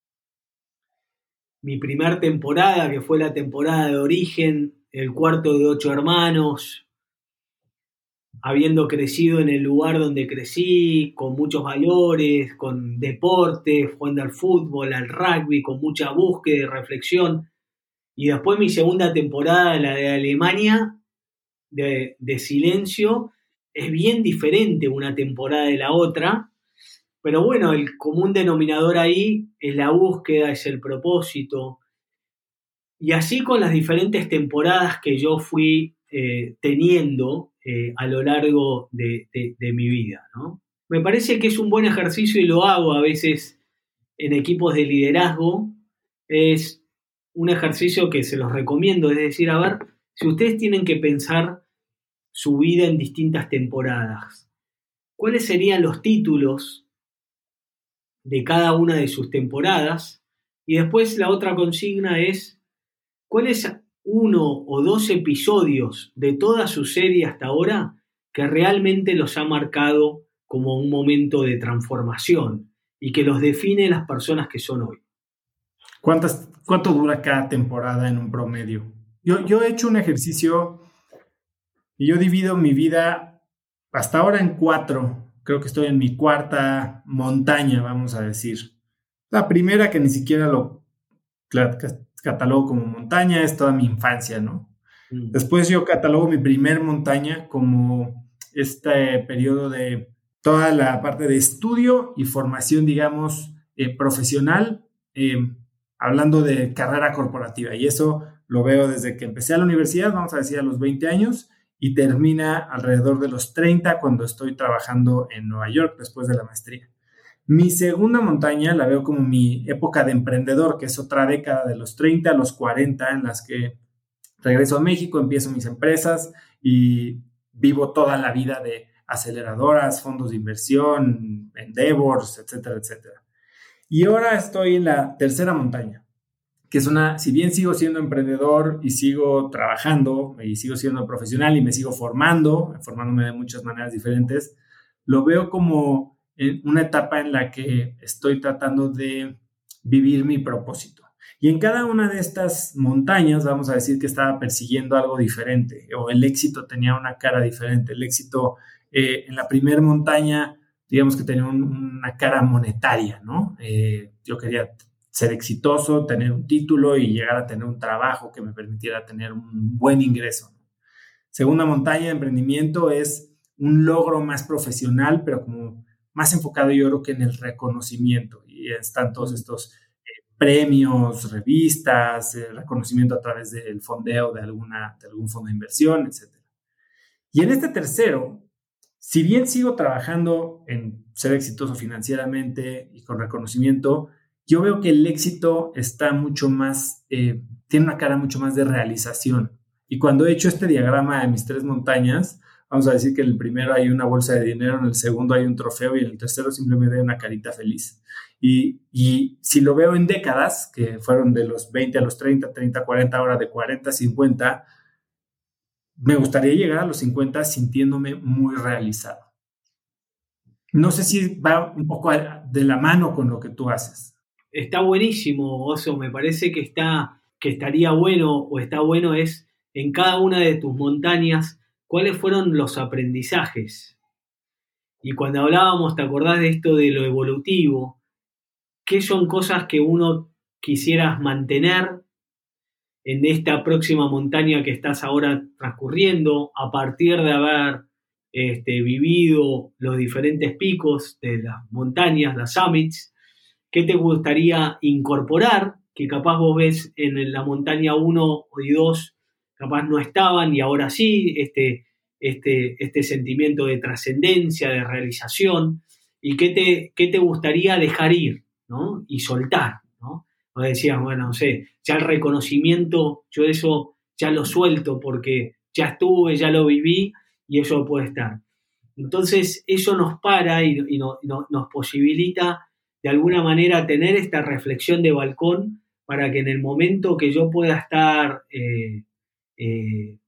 mi primer temporada, que fue la temporada de origen, el cuarto de ocho hermanos, habiendo crecido en el lugar donde crecí, con muchos valores, con deporte, jugando al fútbol, al rugby, con mucha búsqueda y reflexión. Y después mi segunda temporada, la de Alemania, de, de silencio, es bien diferente una temporada de la otra. Pero bueno, el común denominador ahí es la búsqueda, es el propósito. Y así con las diferentes temporadas que yo fui eh, teniendo eh, a lo largo de, de, de mi vida, ¿no? Me parece que es un buen ejercicio y lo hago a veces en equipos de liderazgo. Es un ejercicio que se los recomiendo, es decir, a ver, si ustedes tienen que pensar su vida en distintas temporadas, ¿cuáles serían los títulos de cada una de sus temporadas? Y después la otra consigna es, ¿cuál es uno o dos episodios de toda su serie hasta ahora que realmente los ha marcado como un momento de transformación y que los define las personas que son hoy. ¿Cuántas, ¿Cuánto dura cada temporada en un promedio? Yo, yo he hecho un ejercicio y yo divido mi vida hasta ahora en cuatro. Creo que estoy en mi cuarta montaña, vamos a decir. La primera, que ni siquiera lo catalogo como montaña, es toda mi infancia, ¿no? Mm. Después yo catalogo mi primer montaña como este periodo de toda la parte de estudio y formación, digamos, eh, profesional, eh, hablando de carrera corporativa. Y eso lo veo desde que empecé a la universidad, vamos a decir a los veinte años, y termina alrededor de los treinta cuando estoy trabajando en Nueva York después de la maestría. Mi segunda montaña la veo como mi época de emprendedor, que es otra década de los treinta a los cuarenta, en las que regreso a México, empiezo mis empresas y vivo toda la vida de aceleradoras, fondos de inversión, endeavors, etcétera, etcétera. Y ahora estoy en la tercera montaña, que es una, si bien sigo siendo emprendedor y sigo trabajando y sigo siendo profesional y me sigo formando, formándome de muchas maneras diferentes, lo veo como una etapa en la que estoy tratando de vivir mi propósito. Y en cada una de estas montañas, vamos a decir que estaba persiguiendo algo diferente, o el éxito tenía una cara diferente. El éxito eh, en la primera montaña, digamos que tenía un, una cara monetaria, ¿no? Eh, yo quería ser exitoso, tener un título y llegar a tener un trabajo que me permitiera tener un buen ingreso. Segunda montaña de emprendimiento es un logro más profesional, pero como más enfocado yo creo que en el reconocimiento. Y están todos estos eh, premios, revistas, eh, reconocimiento a través del fondeo de, alguna, de algún fondo de inversión, etcétera. Y en este tercero, si bien sigo trabajando en ser exitoso financieramente y con reconocimiento, yo veo que el éxito está mucho más, eh, tiene una cara mucho más de realización. Y cuando he hecho este diagrama de mis tres montañas, vamos a decir que en el primero hay una bolsa de dinero, en el segundo hay un trofeo y en el tercero simplemente hay una carita feliz. Y, y si lo veo en décadas, que fueron de los veinte a los treinta, treinta a cuarenta, ahora de cuarenta a cincuenta, me gustaría llegar a los cincuenta sintiéndome muy realizado. No sé si va un poco de la mano con lo que tú haces. Está buenísimo, Oso. Me parece que, está, que estaría bueno o está bueno es en cada una de tus montañas cuáles fueron los aprendizajes. Y cuando hablábamos, ¿te acordás de esto de lo evolutivo? ¿Qué son cosas que uno quisieras mantener en esta próxima montaña que estás ahora transcurriendo a partir de haber este, vivido los diferentes picos de las montañas, las summits? ¿Qué te gustaría incorporar que capaz vos ves en la montaña uno y dos capaz no estaban y ahora sí, este, este, este sentimiento de trascendencia, de realización, y qué te, qué te gustaría dejar ir, ¿no? Y soltar, ¿no? O decías, bueno, no sé, ya el reconocimiento, yo eso ya lo suelto porque ya estuve, ya lo viví y eso puede estar. Entonces, eso nos para y, y, no, y no, nos posibilita de alguna manera tener esta reflexión de balcón para que en el momento que yo pueda estar eh, Eh,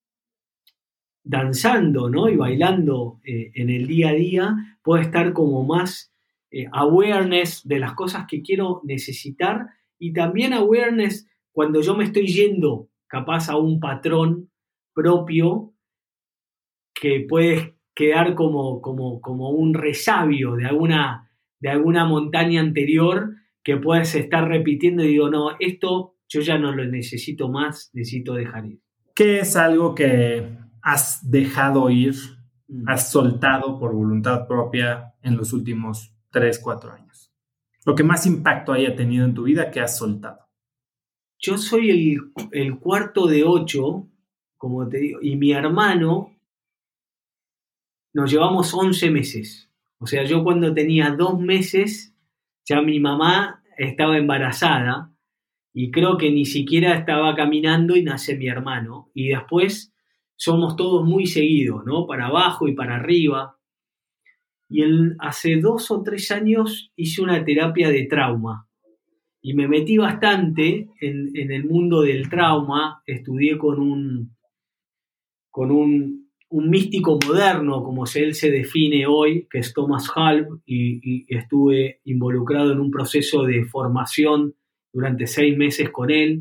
danzando, ¿no? Y bailando eh, en el día a día, puedo estar como más eh, awareness de las cosas que quiero necesitar y también awareness cuando yo me estoy yendo capaz a un patrón propio que puede quedar como, como, como un resabio de alguna, de alguna montaña anterior que puedes estar repitiendo y digo, no, esto yo ya no lo necesito más, necesito dejar ir. ¿Qué es algo que has dejado ir, has soltado por voluntad propia en los últimos tres, cuatro años? Lo que más impacto haya tenido en tu vida que has soltado. Yo soy el, el cuarto de ocho, como te digo, y mi hermano nos llevamos once meses. O sea, yo cuando tenía dos meses, ya mi mamá estaba embarazada. Y creo que ni siquiera estaba caminando y nace mi hermano. Y después somos todos muy seguidos, ¿no? Para abajo y para arriba. Y el, hace dos o tres años hice una terapia de trauma. y me metí bastante en, en el mundo del trauma. Estudié con un, con un, un místico moderno, como él se define hoy, que es Thomas Halb, y, y estuve involucrado en un proceso de formación durante seis meses con él.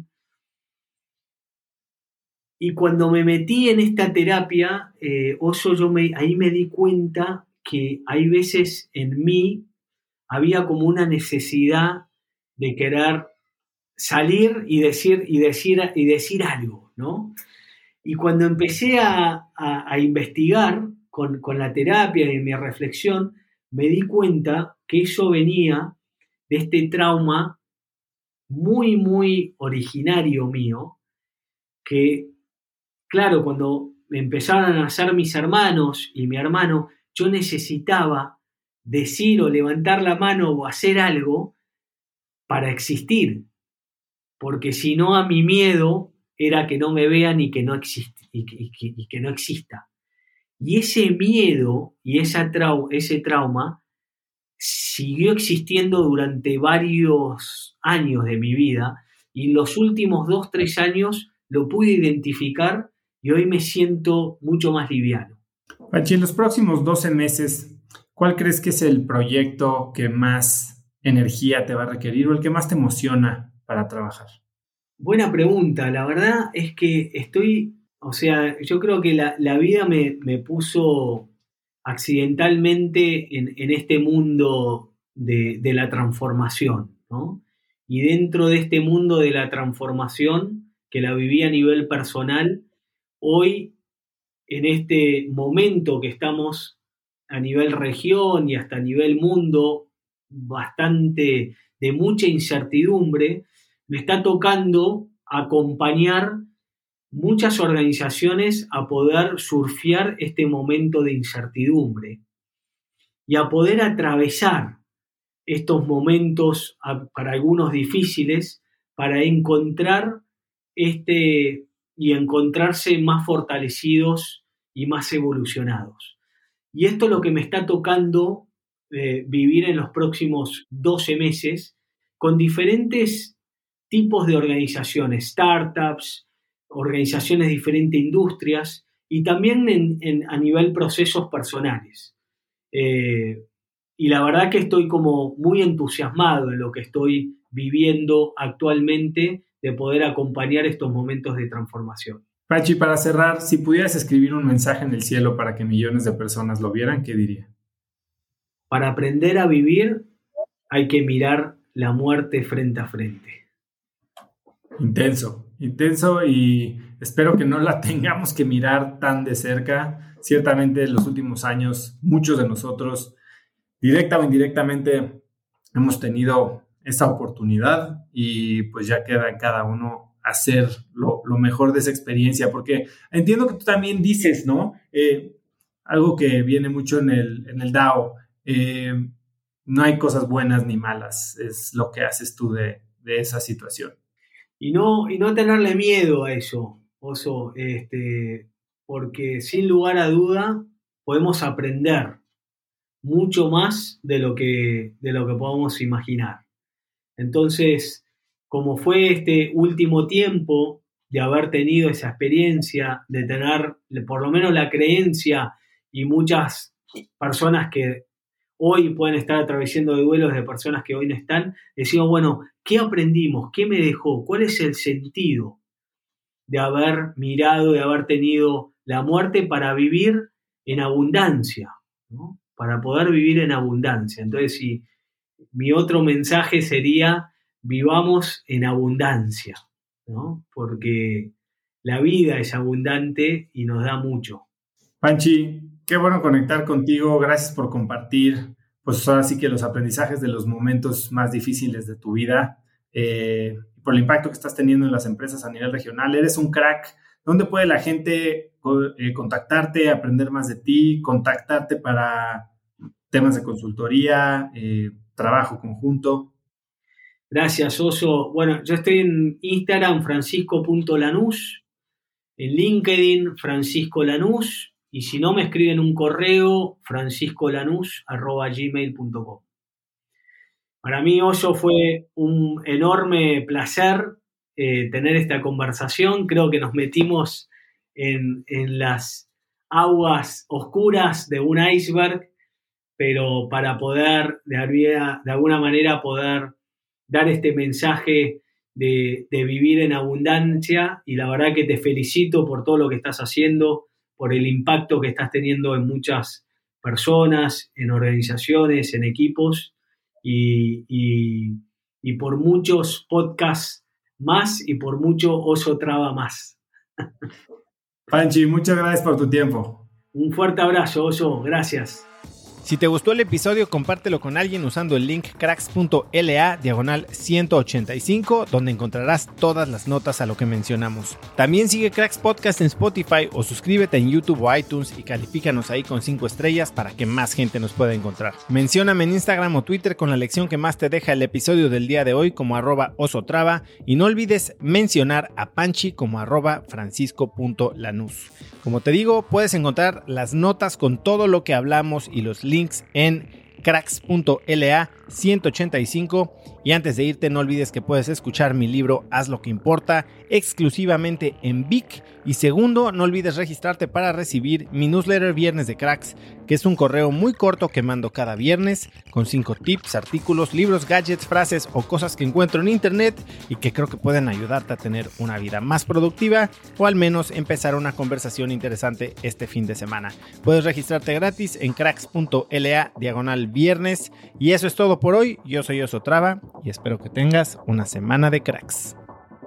Y cuando me metí en esta terapia, eh, Oso, yo me, ahí me di cuenta que hay veces en mí había como una necesidad de querer salir y decir, y decir, y decir algo, ¿no? Y cuando empecé a, a, a investigar con, con la terapia y mi reflexión, me di cuenta que eso venía de este trauma muy, muy originario mío, que, claro, cuando empezaron a nacer mis hermanos y mi hermano, yo necesitaba decir o levantar la mano o hacer algo para existir, porque si no, a mi miedo era que no me vean y que no existe, y que, y que, y que no exista. Y ese miedo y esa trau- ese trauma siguió existiendo durante varios años de mi vida, y en los últimos dos, tres años lo pude identificar y hoy me siento mucho más liviano. Pachi, en los próximos doce meses, ¿cuál crees que es el proyecto que más energía te va a requerir o el que más te emociona para trabajar? Buena pregunta. La verdad es que estoy, o sea, yo creo que la, la vida me, me puso accidentalmente en, en este mundo de, de la transformación, ¿no? Y dentro de este mundo de la transformación, que la viví a nivel personal, hoy, en este momento que estamos a nivel región y hasta a nivel mundo, bastante de mucha incertidumbre, me está tocando acompañar muchas organizaciones a poder surfear este momento de incertidumbre y a poder atravesar estos momentos, para algunos difíciles, para encontrar este y encontrarse más fortalecidos y más evolucionados. Y esto es lo que me está tocando eh, vivir en los próximos doce meses con diferentes tipos de organizaciones, startups, organizaciones de diferentes industrias y también en, en, a nivel procesos personales. Eh, y la verdad que estoy como muy entusiasmado en lo que estoy viviendo actualmente de poder acompañar estos momentos de transformación. Pachi, para cerrar, si pudieras escribir un mensaje en el cielo para que millones de personas lo vieran, ¿qué diría? Para aprender a vivir hay que mirar la muerte frente a frente. Intenso, intenso, y espero que no la tengamos que mirar tan de cerca. Ciertamente en los últimos años muchos de nosotros, directa o indirectamente, hemos tenido esa oportunidad y pues ya queda en cada uno hacer lo, lo mejor de esa experiencia, porque entiendo que tú también dices, ¿no? Eh, algo que viene mucho en el, en el DAO, eh, no hay cosas buenas ni malas, es lo que haces tú de, de esa situación. Y no, y no tenerle miedo a eso, Oso, este, porque sin lugar a duda podemos aprender mucho más de lo que, de lo que podemos imaginar. Entonces, como fue este último tiempo de haber tenido esa experiencia, de tener por lo menos la creencia, y muchas personas que hoy pueden estar atravesando de duelos de personas que hoy no están, decimos, bueno, ¿qué aprendimos? ¿Qué me dejó? ¿Cuál es el sentido de haber mirado, de haber tenido la muerte para vivir en abundancia, ¿no? Para poder vivir en abundancia. Entonces, si mi otro mensaje sería, vivamos en abundancia, ¿no? Porque la vida es abundante y nos da mucho. Panchi, qué bueno conectar contigo. Gracias por compartir, pues ahora sí que los aprendizajes de los momentos más difíciles de tu vida, eh, por el impacto que estás teniendo en las empresas a nivel regional. Eres un crack. ¿Dónde puede la gente eh, contactarte, aprender más de ti, contactarte para temas de consultoría, eh, trabajo conjunto? Gracias, Oso. Bueno, yo estoy en Instagram, francisco punto lanús, en LinkedIn, Francisco Lanús, y si no, me escriben un correo, franciscolanús arroba gmail punto com. Para mí, Oso, fue un enorme placer eh, tener esta conversación. Creo que nos metimos en, en las aguas oscuras de un iceberg, pero para poder, de, de alguna manera, poder dar este mensaje de, de vivir en abundancia. Y la verdad que te felicito por todo lo que estás haciendo, por el impacto que estás teniendo en muchas personas, en organizaciones, en equipos, y, y, y por muchos podcasts más y por mucho Oso Traba más. Panchi, muchas gracias por tu tiempo. Un fuerte abrazo, Oso. Gracias. Si te gustó el episodio, compártelo con alguien usando el link cracks.la diagonal ciento ochenta y cinco, donde encontrarás todas las notas a lo que mencionamos. También sigue Cracks Podcast en Spotify o suscríbete en YouTube o iTunes y califícanos ahí con cinco estrellas para que más gente nos pueda encontrar. Mencióname en Instagram o Twitter con la lección que más te deja el episodio del día de hoy como arroba osotrava, y no olvides mencionar a Panchi como arroba francisco.lanús. Como te digo, puedes encontrar las notas con todo lo que hablamos y los links en cracks.la ciento ochenta y cinco. Y antes de irte, no olvides que puedes escuchar mi libro Haz lo que importa exclusivamente en Vic. Y segundo, no olvides registrarte para recibir mi newsletter Viernes de Cracks, que es un correo muy corto que mando cada viernes con cinco tips, artículos, libros, gadgets, frases o cosas que encuentro en internet y que creo que pueden ayudarte a tener una vida más productiva o al menos empezar una conversación interesante este fin de semana. Puedes registrarte gratis en cracks.la diagonal viernes. Y eso es todo por hoy. Yo soy Oso Trava y espero que tengas una semana de cracks.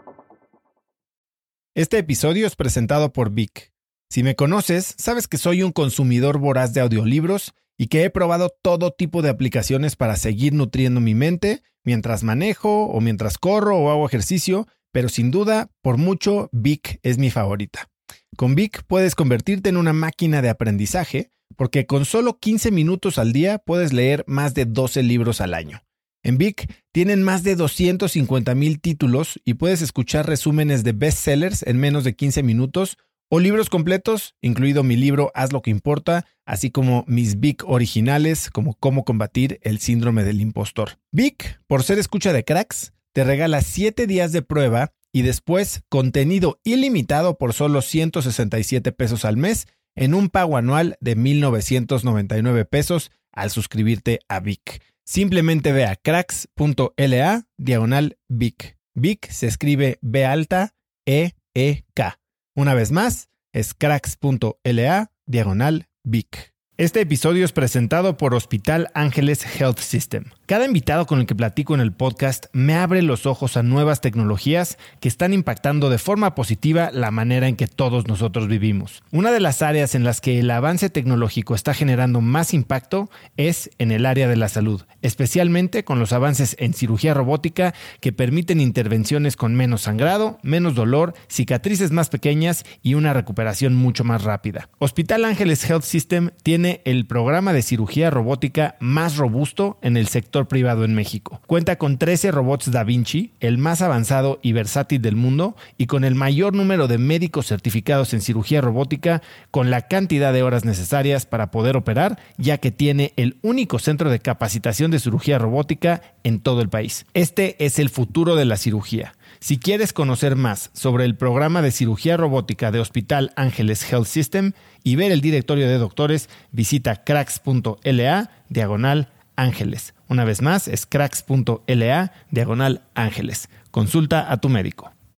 Este episodio es presentado por Vic. Si me conoces, sabes que soy un consumidor voraz de audiolibros y que he probado todo tipo de aplicaciones para seguir nutriendo mi mente mientras manejo o mientras corro o hago ejercicio, pero sin duda, por mucho, Vic es mi favorita. Con Vic puedes convertirte en una máquina de aprendizaje porque con solo quince minutos al día puedes leer más de doce libros al año. En Vic tienen más de doscientos cincuenta mil títulos y puedes escuchar resúmenes de bestsellers en menos de quince minutos o libros completos, incluido mi libro Haz lo que importa, así como mis Vic originales como Cómo combatir el síndrome del impostor. Vic, por ser escucha de Cracks, te regala siete días de prueba y después contenido ilimitado por solo ciento sesenta y siete pesos al mes en un pago anual de mil novecientos noventa y nueve pesos al suscribirte a Vic. Simplemente ve a cracks.la diagonal Vic. Vic se escribe B alta E E K. Una vez más, es cracks.la diagonal Vic. Este episodio es presentado por Hospital Ángeles Health System. Cada invitado con el que platico en el podcast me abre los ojos a nuevas tecnologías que están impactando de forma positiva la manera en que todos nosotros vivimos. Una de las áreas en las que el avance tecnológico está generando más impacto es en el área de la salud, especialmente con los avances en cirugía robótica que permiten intervenciones con menos sangrado, menos dolor, cicatrices más pequeñas y una recuperación mucho más rápida. Hospital Ángeles Health System tiene el programa de cirugía robótica más robusto en el sector privado en México. Cuenta con trece robots Da Vinci, el más avanzado y versátil del mundo, y con el mayor número de médicos certificados en cirugía robótica, con la cantidad de horas necesarias para poder operar, ya que tiene el único centro de capacitación de cirugía robótica en todo el país. Este es el futuro de la cirugía. Si quieres conocer más sobre el programa de cirugía robótica de Hospital Ángeles Health System y ver el directorio de doctores, visita cracks.la diagonal ángeles. Una vez más, es cracks.la diagonal ángeles. Consulta a tu médico.